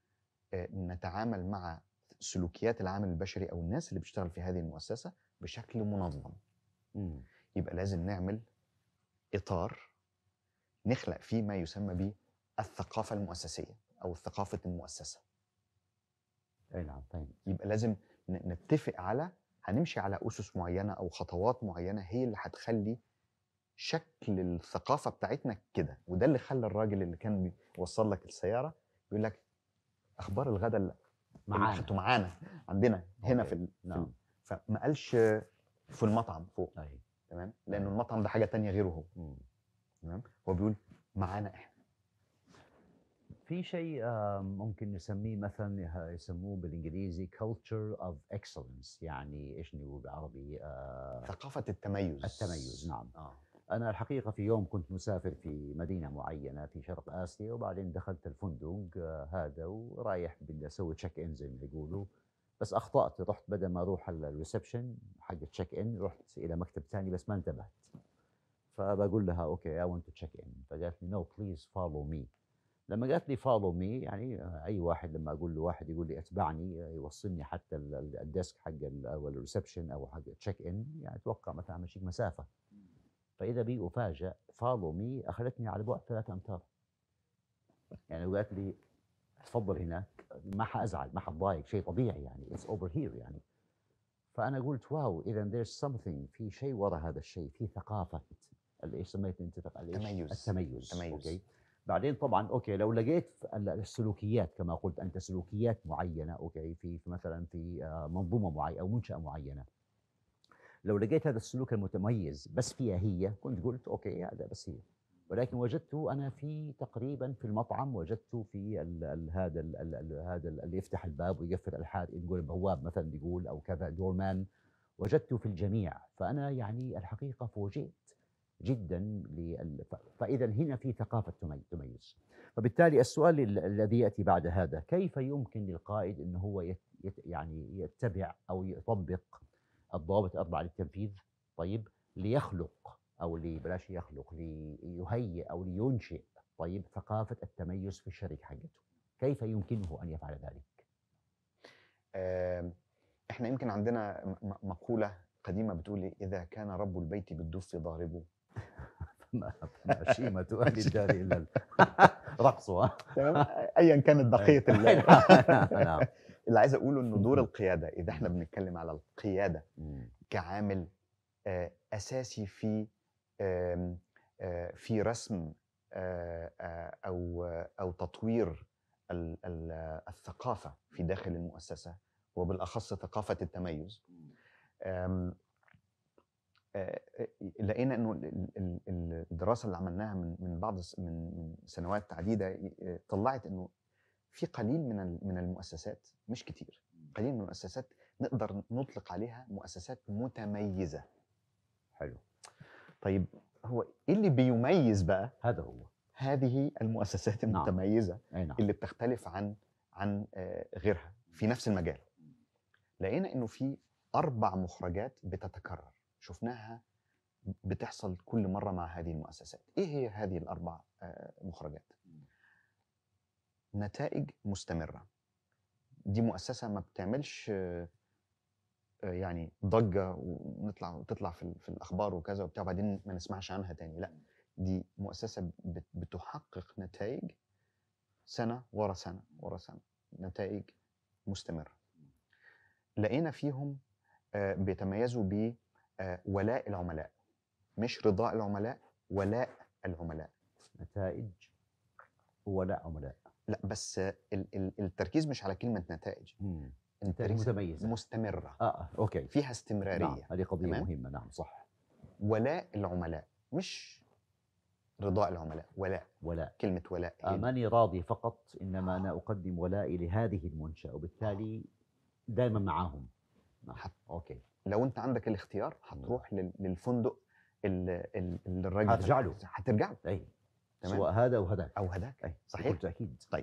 نتعامل مع سلوكيات العامل البشري او الناس اللي بتشتغل في هذه المؤسسه بشكل منظم؟ يبقى لازم نعمل اطار نخلق فيه ما يسمى بالثقافه المؤسسيه او ثقافه المؤسسه. اي نعم. طيب يبقى لازم نتفق على هنمشي على اسس معينه او خطوات معينه هي اللي هتخلي شكل الثقافه بتاعتنا كده. وده اللي خلى الراجل اللي كان بيوصل لك السياره يقول لك اخبار الغداء معانا. حطوا معانا عندنا هنا أوكي. في نعم. فما قالش في المطعم فوق. أي. تمام، لانه المطعم ده حاجه تانية غيره هو. تمام، هو بيقول معانا احنا. في شيء ممكن نسميه مثلا، يسموه بالانجليزي culture of excellence، يعني ايش نقول بالعربي؟ ثقافه التميز. التميز، نعم. انا الحقيقه في يوم كنت مسافر في مدينه معينه في شرق اسيا، وبعدين دخلت الفندق هذا ورايح بدي اسوي تشيك ان زي ما يقولوا، بس اخطات، رحت بدل ما اروح على الريسبشن حق التشيك ان رحت الى مكتب ثاني بس ما انتبهت. فبقول لها اوكي اي ونت تو تشيك ان، فقالت لي نو بليز فولو مي. لما قالت لي فولو مي، يعني اي واحد لما اقول له واحد يقول لي اتبعني يوصلني حتى الديسك حق او الريسبشن او حق التشيك ان، يعني اتوقع مثلا مشيك مسافه. فاذا بي افاجئ فولو مي اخذتني على بعد 3 امتار. يعني وقالت لي تفضل هناك، ما حازعل ما حتضايق، شيء طبيعي يعني اتس اوفر هير يعني. فانا قلت واو، اذا ذيرز سمثينج، في شيء وراء هذا الشيء، في ثقافه ايش سميت انت؟ التميز. اوكي. بعدين طبعا اوكي لو لقيت السلوكيات كما قلت انت، سلوكيات معينه اوكي في مثلا في منظومه معينه او منشاه معينه، لو لقيت هذا السلوك المتميز بس فيها هي، كنت قلت اوكي هذا بس هي. ولكن وجدته انا في تقريبا في المطعم، وجدته في هذا اللي يفتح الباب ويقفل الحاد، نقول البواب مثلا يقول او كذا دورمان، وجدته في الجميع. فانا يعني الحقيقه فوجئت جدا فاذا هنا في ثقافه تميز. فبالتالي السؤال الذي ياتي بعد هذا، كيف يمكن للقائد انه هو يعني يتبع او يطبق الضوابط الأربعة للتنفيذ، طيب، ليخلق أو بلاش يخلق، ليهيئ أو لينشئ، طيب، ثقافة التميز في الشركة حقته؟ كيف يمكنه أن يفعل ذلك؟ احنا يمكن عندنا مقولة قديمة بتقول إذا كان رب البيت بالدف ضاربه ما شيمة أهل الدار إلا رقصها. تمام، أيا كانت بقية نعم. اللي عايز أقوله إنه دور القيادة، إذا احنا بنتكلم على القيادة كعامل أساسي في رسم أو تطوير الثقافة في داخل المؤسسة، وبالأخص ثقافة التميز. لقينا إنه الدراسة اللي عملناها من سنوات عديدة طلعت إنه في قليل من المؤسسات، مش كتير، قليل من المؤسسات نقدر نطلق عليها مؤسسات متميزة. حلو. طيب هو ايه اللي بيميز بقى؟ هذا هو هذه المؤسسات المتميزة. نعم. اللي بتختلف عن غيرها في نفس المجال. لقينا انه في 4 مخرجات بتتكرر، شفناها بتحصل كل مرة مع هذه المؤسسات. ايه هي هذه ال4 مخرجات؟ نتائج مستمرة. دي مؤسسة ما بتعملش يعني ضجة وتطلع في الأخبار وكذا وبتاع وبعدين ما نسمعش عنها تاني، لا، دي مؤسسة بتحقق نتائج سنة ورا سنة ورا سنة، نتائج مستمرة. لقينا فيهم بيتميزوا بولاء العملاء، مش رضاء العملاء، ولاء العملاء. نتائج وولاء عملاء. لا بس التركيز مش على كلمة نتائج. نتائج متميزة مستمرة. أوكي. فيها استمرارية. نعم، هذه قضية مهمة. نعم صح. ولاء العملاء مش رضاء العملاء، ولاء. كلمة ولاء ماني راضي فقط، إنما أنا أقدم ولائي لهذه المنشأة، وبالتالي دائما معاهم. أوكي. لو أنت عندك الاختيار هتروح للفندق اللي الراجل هترجع له. أي. سواء هذا أو هذاك. أو هذاك. أي. صحيح. بكل تأكيد. طيب.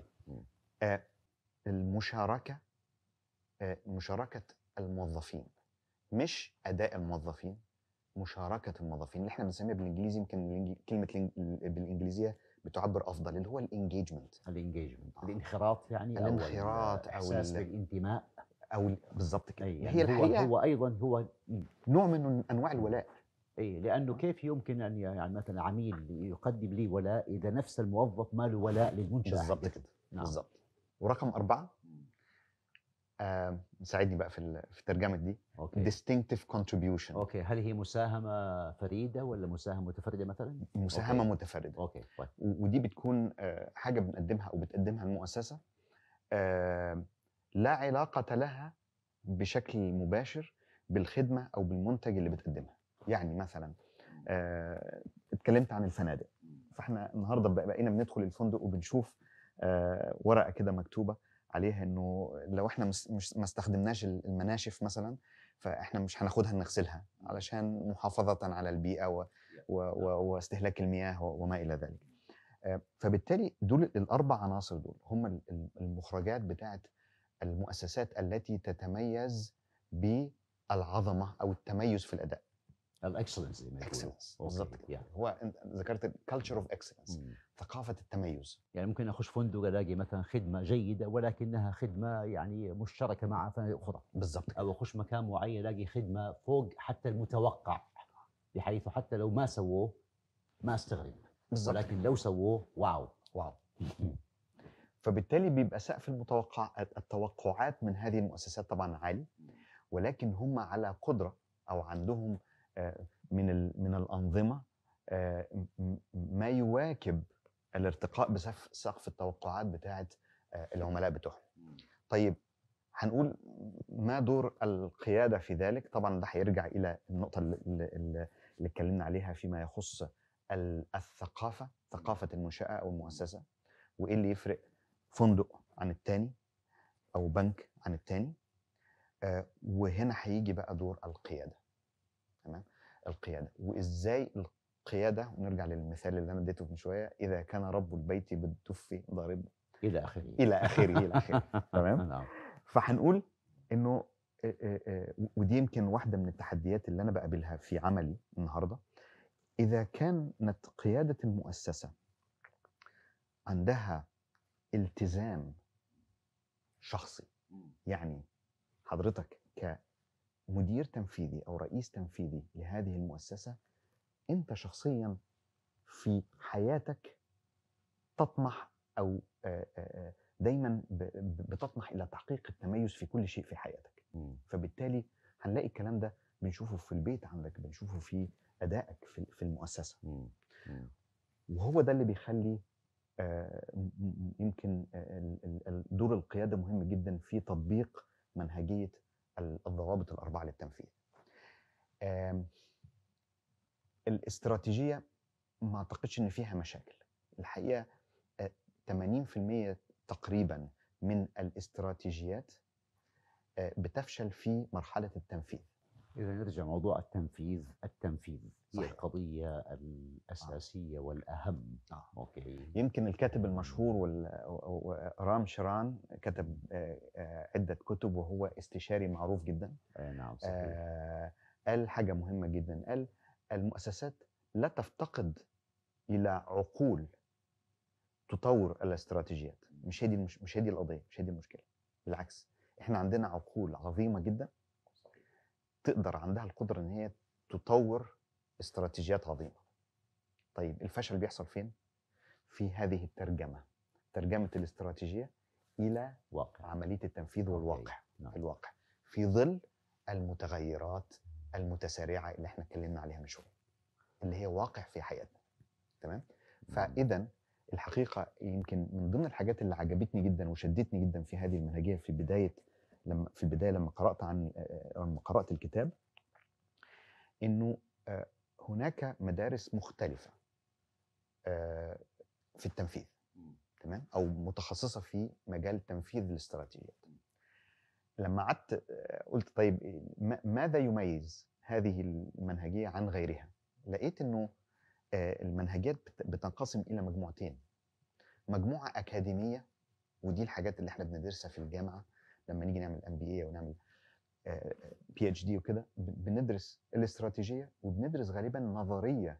المشاركة، مشاركة الموظفين، مش أداء الموظفين، مشاركة الموظفين اللي احنا بنسميها بالانجليزي، يمكن كلمة بالانجليزية بتعبر افضل، اللي هو الانجيجمنت. الانخراط يعني، الانخراط او الاحساس بالانتماء، او بالضبط كده. يعني هي الحقيقة هو ايضا هو نوع من انواع الولاء. اي، لانه كيف يمكن ان يعني مثلا عميل يقدم لي ولاء اذا نفس الموظف ما له ولاء للمنشأة؟ بالضبط كده. نعم. بالضبط. ورقم 4 ساعدني بقى في الترجمة دي. أوكي. distinctive contribution. اوكي. هل هي مساهمة فريدة ولا مساهمة متفردة مثلا؟ مساهمة متفردة. اوكي. طيب. ودي بتكون حاجة بنقدمها او بتقدمها المؤسسة لا علاقة لها بشكل مباشر بالخدمة أو بالمنتج اللي بتقدمها. يعني مثلا اتكلمت عن الفنادق، فاحنا النهارده بقينا بندخل الفندق وبنشوف ورقة كده مكتوبة عليها انه لو احنا مش ما استخدمناش المناشف مثلا، فاحنا مش هناخدها نغسلها علشان محافظة على البيئة واستهلاك المياه وما إلى ذلك. فبالتالي دول الأربع عناصر دول هم المخرجات بتاعت المؤسسات التي تتميز بالعظمة أو التميز في الأداء. الاكسلنس زي ما يقولوا. اكسلنس بالضبط كده. يعني هو انت ذكرت culture of excellence، ثقافة التميز. يعني ممكن اخش فندق الاقي مثلا خدمه جيده ولكنها خدمه يعني مشتركه مع فنادق اخرى. بالضبط كده. او اخش مكان معين الاقي خدمه فوق حتى المتوقع، بحيث حتى لو ما سووه ما استغرب، بالضبط. ولكن لو سووه واو. فبالتالي بيبقى سقف التوقعات من هذه المؤسسات طبعا عالي، ولكن هم على قدرة أو عندهم من الأنظمة ما يواكب الارتقاء بسقف التوقعات بتاعت العملاء بتوعهم. طيب هنقول ما دور القيادة في ذلك؟ طبعا ده هيرجع إلى النقطة اللي اتكلمنا عليها فيما يخص الثقافة، ثقافة المنشأة أو المؤسسة، وإيه اللي يفرق فندق عن التاني أو بنك عن التاني. وهنا هيجي بقى دور القيادة. تمام؟ القيادة وإزاي القيادة، ونرجع للمثال اللي أنا اديته من شوية، إذا كان رب البيت بالدف ضارب إلى آخره إلى آخره إلى آخره. تمام؟ فهنقول إنه ودي يمكن واحدة من التحديات اللي أنا بقابلها في عملي النهاردة. إذا كانت قيادة المؤسسة عندها التزام شخصي، يعني حضرتك كمدير تنفيذي أو رئيس تنفيذي لهذه المؤسسة، أنت شخصيا في حياتك تطمح أو دايما بتطمح إلى تحقيق التميز في كل شيء في حياتك. فبالتالي هنلاقي الكلام ده بنشوفه في البيت عندك، بنشوفه في أدائك في المؤسسة. وهو ده اللي بيخلي يمكن دور القيادة مهم جدا في تطبيق منهجية الضوابط الأربعة للتنفيذ. الاستراتيجية ما أعتقدش إن فيها مشاكل الحقيقة. 80% تقريبا من الاستراتيجيات بتفشل في مرحلة التنفيذ. إذا نرجع موضوع التنفيذ هي القضية الأساسية والأهم. أوكي. يمكن الكاتب المشهور رام شران كتب عدة كتب وهو استشاري معروف جدا. نعم صحيح. قال حاجة مهمة جدا، قال المؤسسات لا تفتقد إلى عقول تطور الاستراتيجيات. مش هي دي القضية، مش هي دي المشكلة. بالعكس، احنا عندنا عقول عظيمة جدا تقدر، عندها القدرة ان هي تطور استراتيجيات عظيمة. طيب الفشل بيحصل فين؟ في هذه ترجمة الاستراتيجية إلى واقع. عملية التنفيذ والواقع. نعم. الواقع في ظل المتغيرات المتسارعة اللي احنا اتكلمنا عليها من شوية، اللي هي واقع في حياتنا. تمام؟ فإذا الحقيقة يمكن من ضمن الحاجات اللي عجبتني جدا وشدتني جدا في هذه المنهجية في البداية لما قرأت الكتاب، إنه هناك مدارس مختلفة في التنفيذ. تمام؟ أو متخصصة في مجال تنفيذ الاستراتيجيات. لما قعدت قلت طيب ماذا يميز هذه المنهجية عن غيرها؟ لقيت إنه المنهجيات بتنقسم إلى مجموعتين. مجموعة أكاديمية، ودي الحاجات اللي احنا بندرسها في الجامعة لما نيجي نعمل MBA ونعمل PhD وكده. بندرس الاستراتيجية وبندرس غالبا نظرية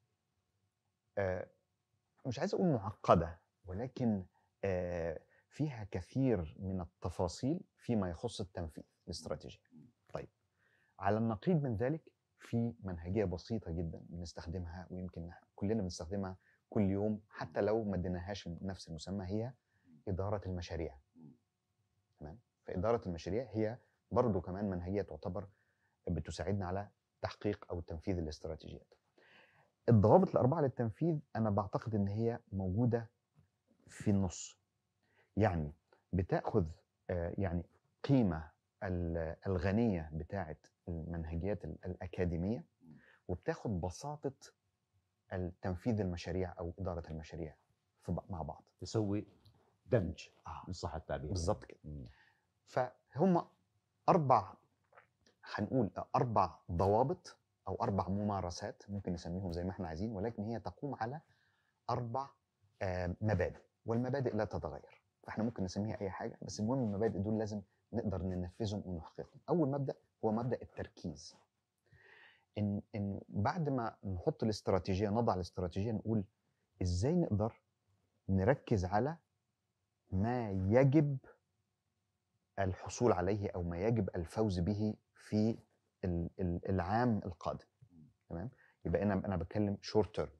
مش عايز أقول معقدة، ولكن فيها كثير من التفاصيل فيما يخص التنفيذ الاستراتيجي. طيب على النقيض من ذلك في منهجية بسيطة جدا بنستخدمها، ويمكن كلنا بنستخدمها كل يوم حتى لو ما اديناهاش نفس المسمى، هي إدارة المشاريع. تمام؟ فإدارة المشاريع هي برضو كمان منهجية تعتبر بتساعدنا على تحقيق أو تنفيذ الاستراتيجيات. الضوابط الأربعة للتنفيذ أنا بعتقد إن هي موجودة في النص، يعني بتأخذ يعني قيمة الغنية بتاعة المنهجيات الأكاديمية، وبتاخد بساطة تنفيذ المشاريع أو إدارة المشاريع مع بعض. تسوي دمج إن صح التعبير. بالظبط كده. فهم هنقول 4 ضوابط أو 4 ممارسات، ممكن نسميهم زي ما احنا عايزين، ولكن هي تقوم على 4 مبادئ، والمبادئ لا تتغير، فاحنا ممكن نسميها أي حاجة، بس المهم المبادئ دول لازم نقدر ننفذهم ونحققهم. أول مبدأ هو مبدأ التركيز. إن بعد ما نحط الاستراتيجية، نضع الاستراتيجية، نقول إزاي نقدر نركز على ما يجب الحصول عليه أو ما يجب الفوز به في العام القادم. تمام؟ يبقى أنا بتكلم شورت تيرم.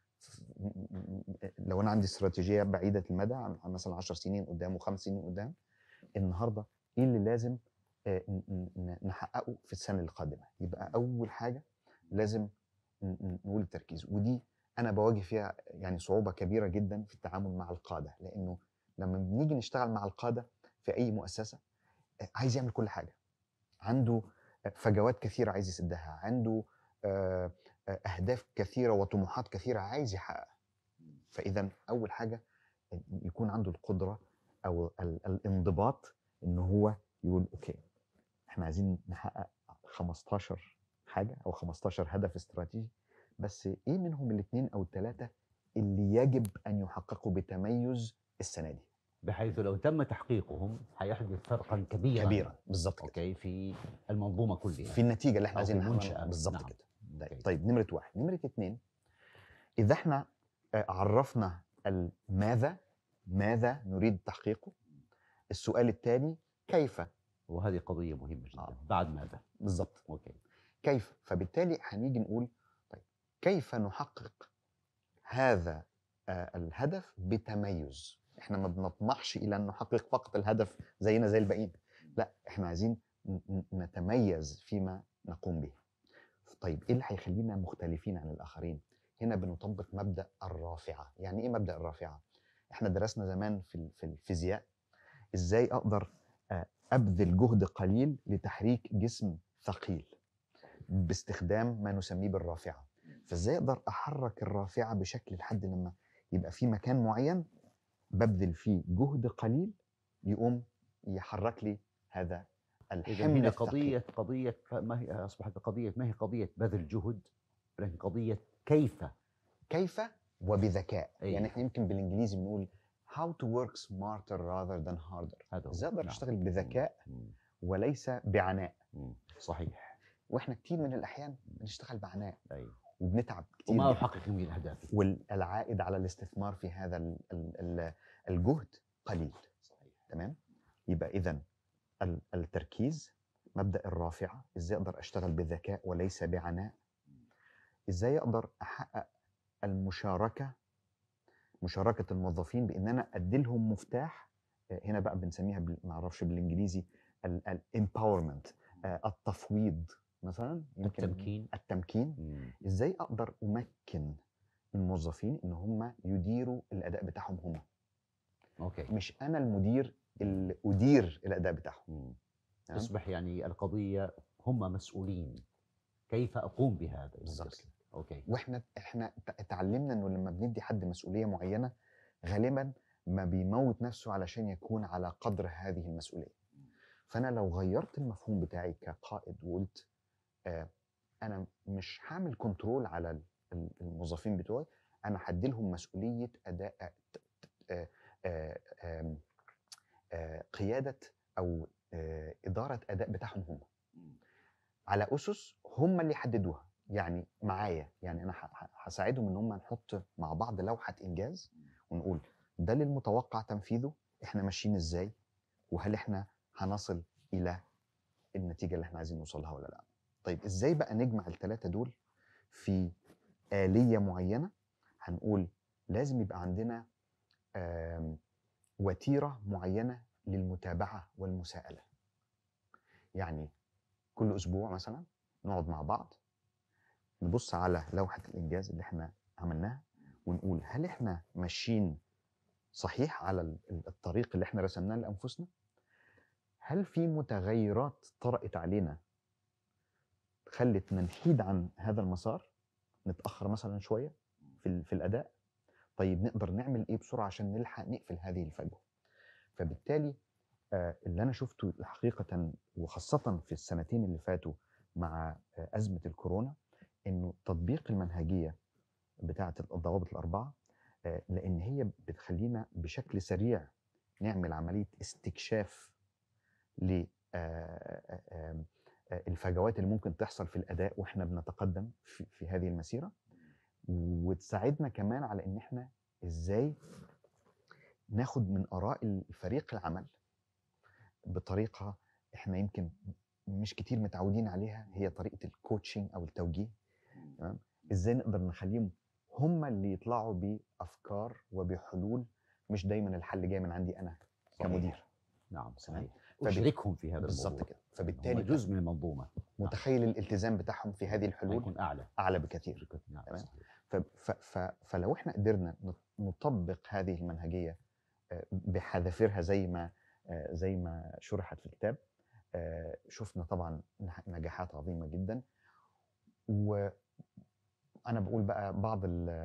لو أنا عندي استراتيجية بعيدة المدى، عن مثلا 10 سنين قدام و5 سنين قدام، النهارده إيه اللي لازم نحققه في السنة القادمة؟ يبقى أول حاجة لازم نقول التركيز. ودي أنا بواجه فيها يعني صعوبة كبيرة جدا في التعامل مع القادة، لأنه لما بنيجي نشتغل مع القادة في أي مؤسسة، عايز يعمل كل حاجة، عنده فجوات كثيرة عايز يسدها، عنده أهداف كثيرة وطموحات كثيرة عايز يحققها. فإذا أول حاجة يكون عنده القدرة أو الانضباط، إن هو يقول أوكي، إحنا عايزين نحقق 15 حاجة أو 15 هدف استراتيجي، بس إيه منهم ال2 أو ال3 اللي يجب أن يحققوا بتميز السنة دي، بحيث لو تم تحقيقهم هيحدث فرقا كبيرا. بالظبط كده. اوكي، في المنظومه كلها، في النتيجه اللي احنا عايزين نحققها بالظبط. نعم. كده. طيب نمره 1. نمره 2، اذا احنا عرفنا ماذا نريد تحقيقه، السؤال الثاني كيف. وهذه قضيه مهمه جدا. بعد ماذا بالظبط. اوكي، كيف. فبالتالي هنيجي نقول طيب كيف نحقق هذا الهدف بتميز. احنا ما بنطمحش الى ان نحقق فقط الهدف زينا زي الباقيين، لا، احنا عايزين نتميز فيما نقوم به. طيب ايه اللي هيخلينا مختلفين عن الاخرين؟ هنا بنطبق مبدأ الرافعة. يعني ايه مبدأ الرافعة؟ احنا درسنا زمان في الفيزياء ازاي اقدر ابذل جهد قليل لتحريك جسم ثقيل باستخدام ما نسميه بالرافعة. فازاي اقدر احرك الرافعة بشكل لحد لما يبقى في مكان معين ببذل فيه جهد قليل يقوم يحرك لي هذا الحمل هنا الثقيل. قضيه ما هي اصبحت قضيه، ما هي قضيه بذل جهد، لكن قضيه كيف وبذكاء. أي. يعني احنا يمكن بالانجليزي بنقول how to work smarter rather than harder. ازاي اقدر اشتغل بذكاء وليس بعناء. صحيح. واحنا كتير من الاحيان بنشتغل بعناء أي. وبنتعب كتير وما جداً. احقق من الاهداف، والعائد على الاستثمار في هذا الجهد قليل. صحيح. تمام. يبقى اذا التركيز، مبدأ الرافعة، ازاي اقدر اشتغل بذكاء وليس بعناء، ازاي اقدر احقق مشاركة الموظفين بان انا ادي لهم مفتاح. هنا بقى بنسميها ما اعرفش بالانجليزي الامباورمنت، التفويض مثلا، يمكن التمكين. ازاي اقدر امكن الموظفين ان هم يديروا الاداء بتاعهم هم. اوكي. مش انا المدير اللي ادير الاداء بتاعهم. تصبح يعني القضيه هم مسؤولين، كيف اقوم بهذا. بالظبط. اوكي. واحنا اتعلمنا انه لما بندي حد مسؤوليه معينه غالبا ما بيموت نفسه علشان يكون على قدر هذه المسؤوليه. فانا لو غيرت المفهوم بتاعي كقائد وقلت انا مش هعمل كنترول على الموظفين بتوعي، انا هدي لهم مسؤوليه اداء، قياده او اداره اداء بتاعهم هم، على اسس هم اللي يحددوها. يعني معايا، يعني انا هساعدهم ان هم نحط مع بعض لوحه انجاز ونقول ده اللي المتوقع تنفيذه، احنا ماشيين ازاي، وهل احنا هنصل الى النتيجه اللي احنا عايزين نوصلها ولا لا. طيب ازاي بقى نجمع ال3 دول في آلية معينة؟ هنقول لازم يبقى عندنا وتيرة معينة للمتابعة والمساءلة. يعني كل أسبوع مثلا نقعد مع بعض نبص على لوحة الإنجاز اللي احنا عملناها ونقول هل احنا ماشيين صحيح على الطريق اللي احنا رسمناه لأنفسنا؟ هل في متغيرات طرأت علينا خلت نحيد عن هذا المسار، نتأخر مثلا شوية في الأداء؟ طيب نقدر نعمل إيه بسرعة عشان نلحق نقفل هذه الفجوة؟ فبالتالي اللي أنا شفته حقيقة وخاصة في السنتين اللي فاتوا مع أزمة الكورونا، إنه تطبيق المنهجية بتاعة الضوابط الأربعة، لأن هي بتخلينا بشكل سريع نعمل عملية استكشاف للفجوات اللي ممكن تحصل في الأداء وإحنا بنتقدم في هذه المسيرة، وتساعدنا كمان على إن إحنا إزاي ناخد من آراء الفريق العمل بطريقة إحنا يمكن مش كتير متعودين عليها، هي طريقة الكوتشنج أو التوجيه. تمام؟ إزاي نقدر نخليهم هم اللي يطلعوا بأفكار وبحلول، مش دايما الحل جاي من عندي أنا كمدير. نعم صحيح. تمام؟ أشركهم في هذا بالظبط الموضوع كده. فبالتالي هم جزء من المنظومة. متخيل الالتزام بتاعهم في هذه الحلول يكون أعلى بكثير. نعم تمام؟ صحيح. فلو احنا قدرنا نطبق هذه المنهجية بحذافيرها زي ما شرحت في الكتاب، شفنا طبعا نجاحات عظيمة جدا. وأنا بقول بقى بعض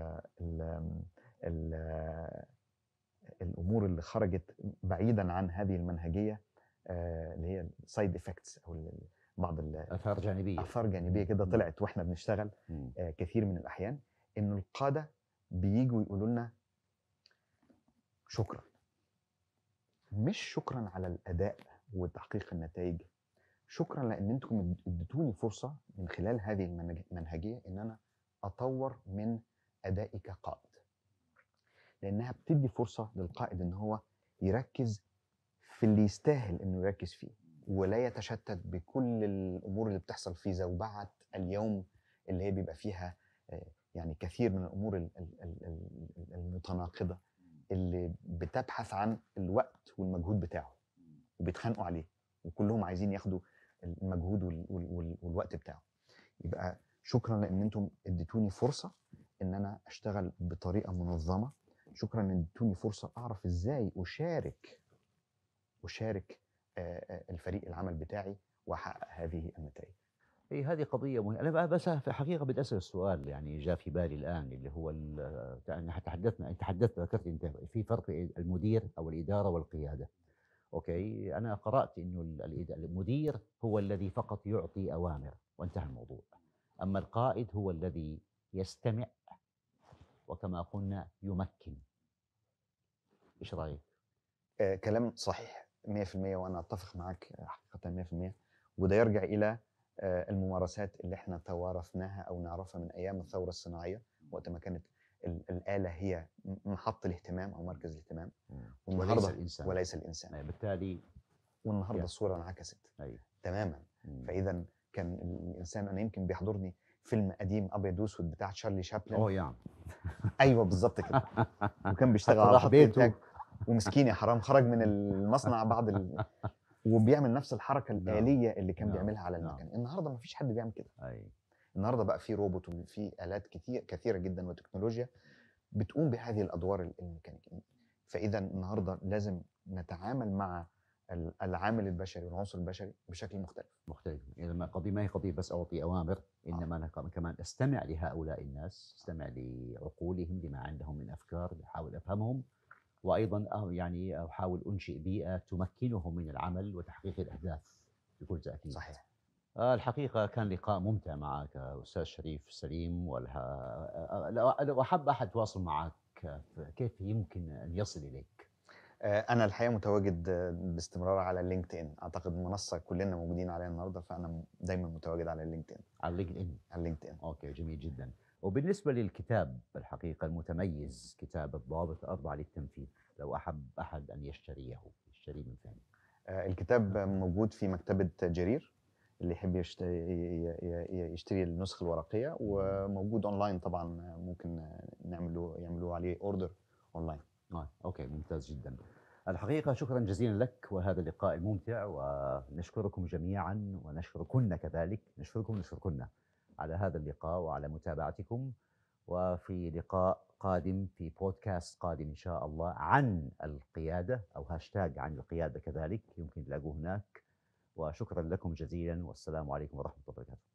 ال الأمور اللي خرجت بعيدا عن هذه المنهجية، اللي هي السايد افكتس أو بعض آثار جانبية كده طلعت واحنا بنشتغل كثير من الأحيان، إنه القادة بييجوا يقولوا لنا شكرا، مش شكرا على الأداء وتحقيق النتائج، شكرا لأن أنتم اديتوني فرصة من خلال هذه المنهجية إن أنا أطور من أدائي كقائد، لأنها بتدي فرصة للقائد إن هو يركز في اللي يستاهل إنه يركز فيه، ولا يتشتت بكل الأمور اللي بتحصل في زوبعة اليوم اللي هي بيبقى فيها يعني كثير من الأمور المتناقضة اللي بتبحث عن الوقت والمجهود بتاعه وبيتخانقوا عليه، وكلهم عايزين ياخدوا المجهود والوقت بتاعه. يبقى شكرا لأن أنتم اديتوني فرصة إن أنا أشتغل بطريقة منظمة، شكرا ان اديتوني فرصه اعرف ازاي اشارك الفريق العمل بتاعي واحقق هذه النتائج. هذه قضية مهمة. أنا بس في الحقيقة بدي أسأل السؤال يعني جاء في بالي الآن، اللي هو ذكرت أنت في فرق المدير أو الإدارة والقيادة. أوكي، أنا قرأت إنه المدير هو الذي فقط يعطي أوامر وانتهى الموضوع، أما القائد هو الذي يستمع وكما قلنا يمكن. إيش رأيك؟ كلام صحيح 100%، وأنا أتفق معك حقيقة 100%. وده يرجع إلى الممارسات اللي احنا توارثناها أو نعرفها من أيام الثورة الصناعية، وقت ما كانت الآلة هي محط الاهتمام أو مركز الاهتمام، والنهارده وليس الإنسان. بالتالي والنهارده الصورة انعكست تماما. فإذا كان الإنسان، أنا يمكن بيحضرني فيلم قديم أبيض وأسود بتاع تشارلي شابلن. أيوه بالظبط كده. وكان بيشتغل على خط إنتاج، ومسكين يا حرام خرج من المصنع وبيعمل نفس الحركة الآلية اللي كان بيعملها على المكن. النهارده ما فيش حد بيعمل كده. النهارده بقى في روبوت وفي آلات كثيرة جدا وتكنولوجيا بتقوم بهذه الأدوار الميكانيكية. فإذا النهارده لازم نتعامل مع العامل البشري والعنصر البشري بشكل مختلف. إذا قضية ما هي قضية بس أعطي أوامر، إنما أنا كمان أستمع لهؤلاء الناس، استمع لعقولهم، لما عندهم من أفكار، بحاول أفهمهم، وأيضا يعني أحاول أنشئ بيئة تمكنهم من العمل وتحقيق الأهداف بكل تأكيد. صحيح. الحقيقة كان لقاء ممتع معك أستاذ شريف سليم. لو أحب أحد تواصل معك كيف يمكن أن يصل إليك؟ أنا الحقيقة متواجد باستمرار على لينكد إن، أعتقد منصة كلنا موجودين عليها النهاردة، فأنا دايما متواجد على لينكد إن. على لينكد إن. أوكي، جميل جدا. وبالنسبة للكتاب الحقيقة المتميز، كتاب الضوابط الأربعة للتنفيذ، لو أحب أحد أن يشتريه من فين؟ الكتاب موجود في مكتبة جرير، اللي يحب يشتري النسخة الورقية، وموجود أونلاين طبعا، ممكن يعملوا عليه أوردر أونلاين. أوكي، ممتاز جدا. الحقيقة شكرا جزيلا لك وهذا اللقاء الممتع، ونشكركم جميعا ونشكركن كذلك، نشكركن على هذا اللقاء وعلى متابعتكم، وفي لقاء قادم، في بودكاست قادم إن شاء الله عن القيادة، أو هاشتاج عن القيادة كذلك، يمكن تلاقوه هناك. وشكرا لكم جزيلا، والسلام عليكم ورحمة الله وبركاته.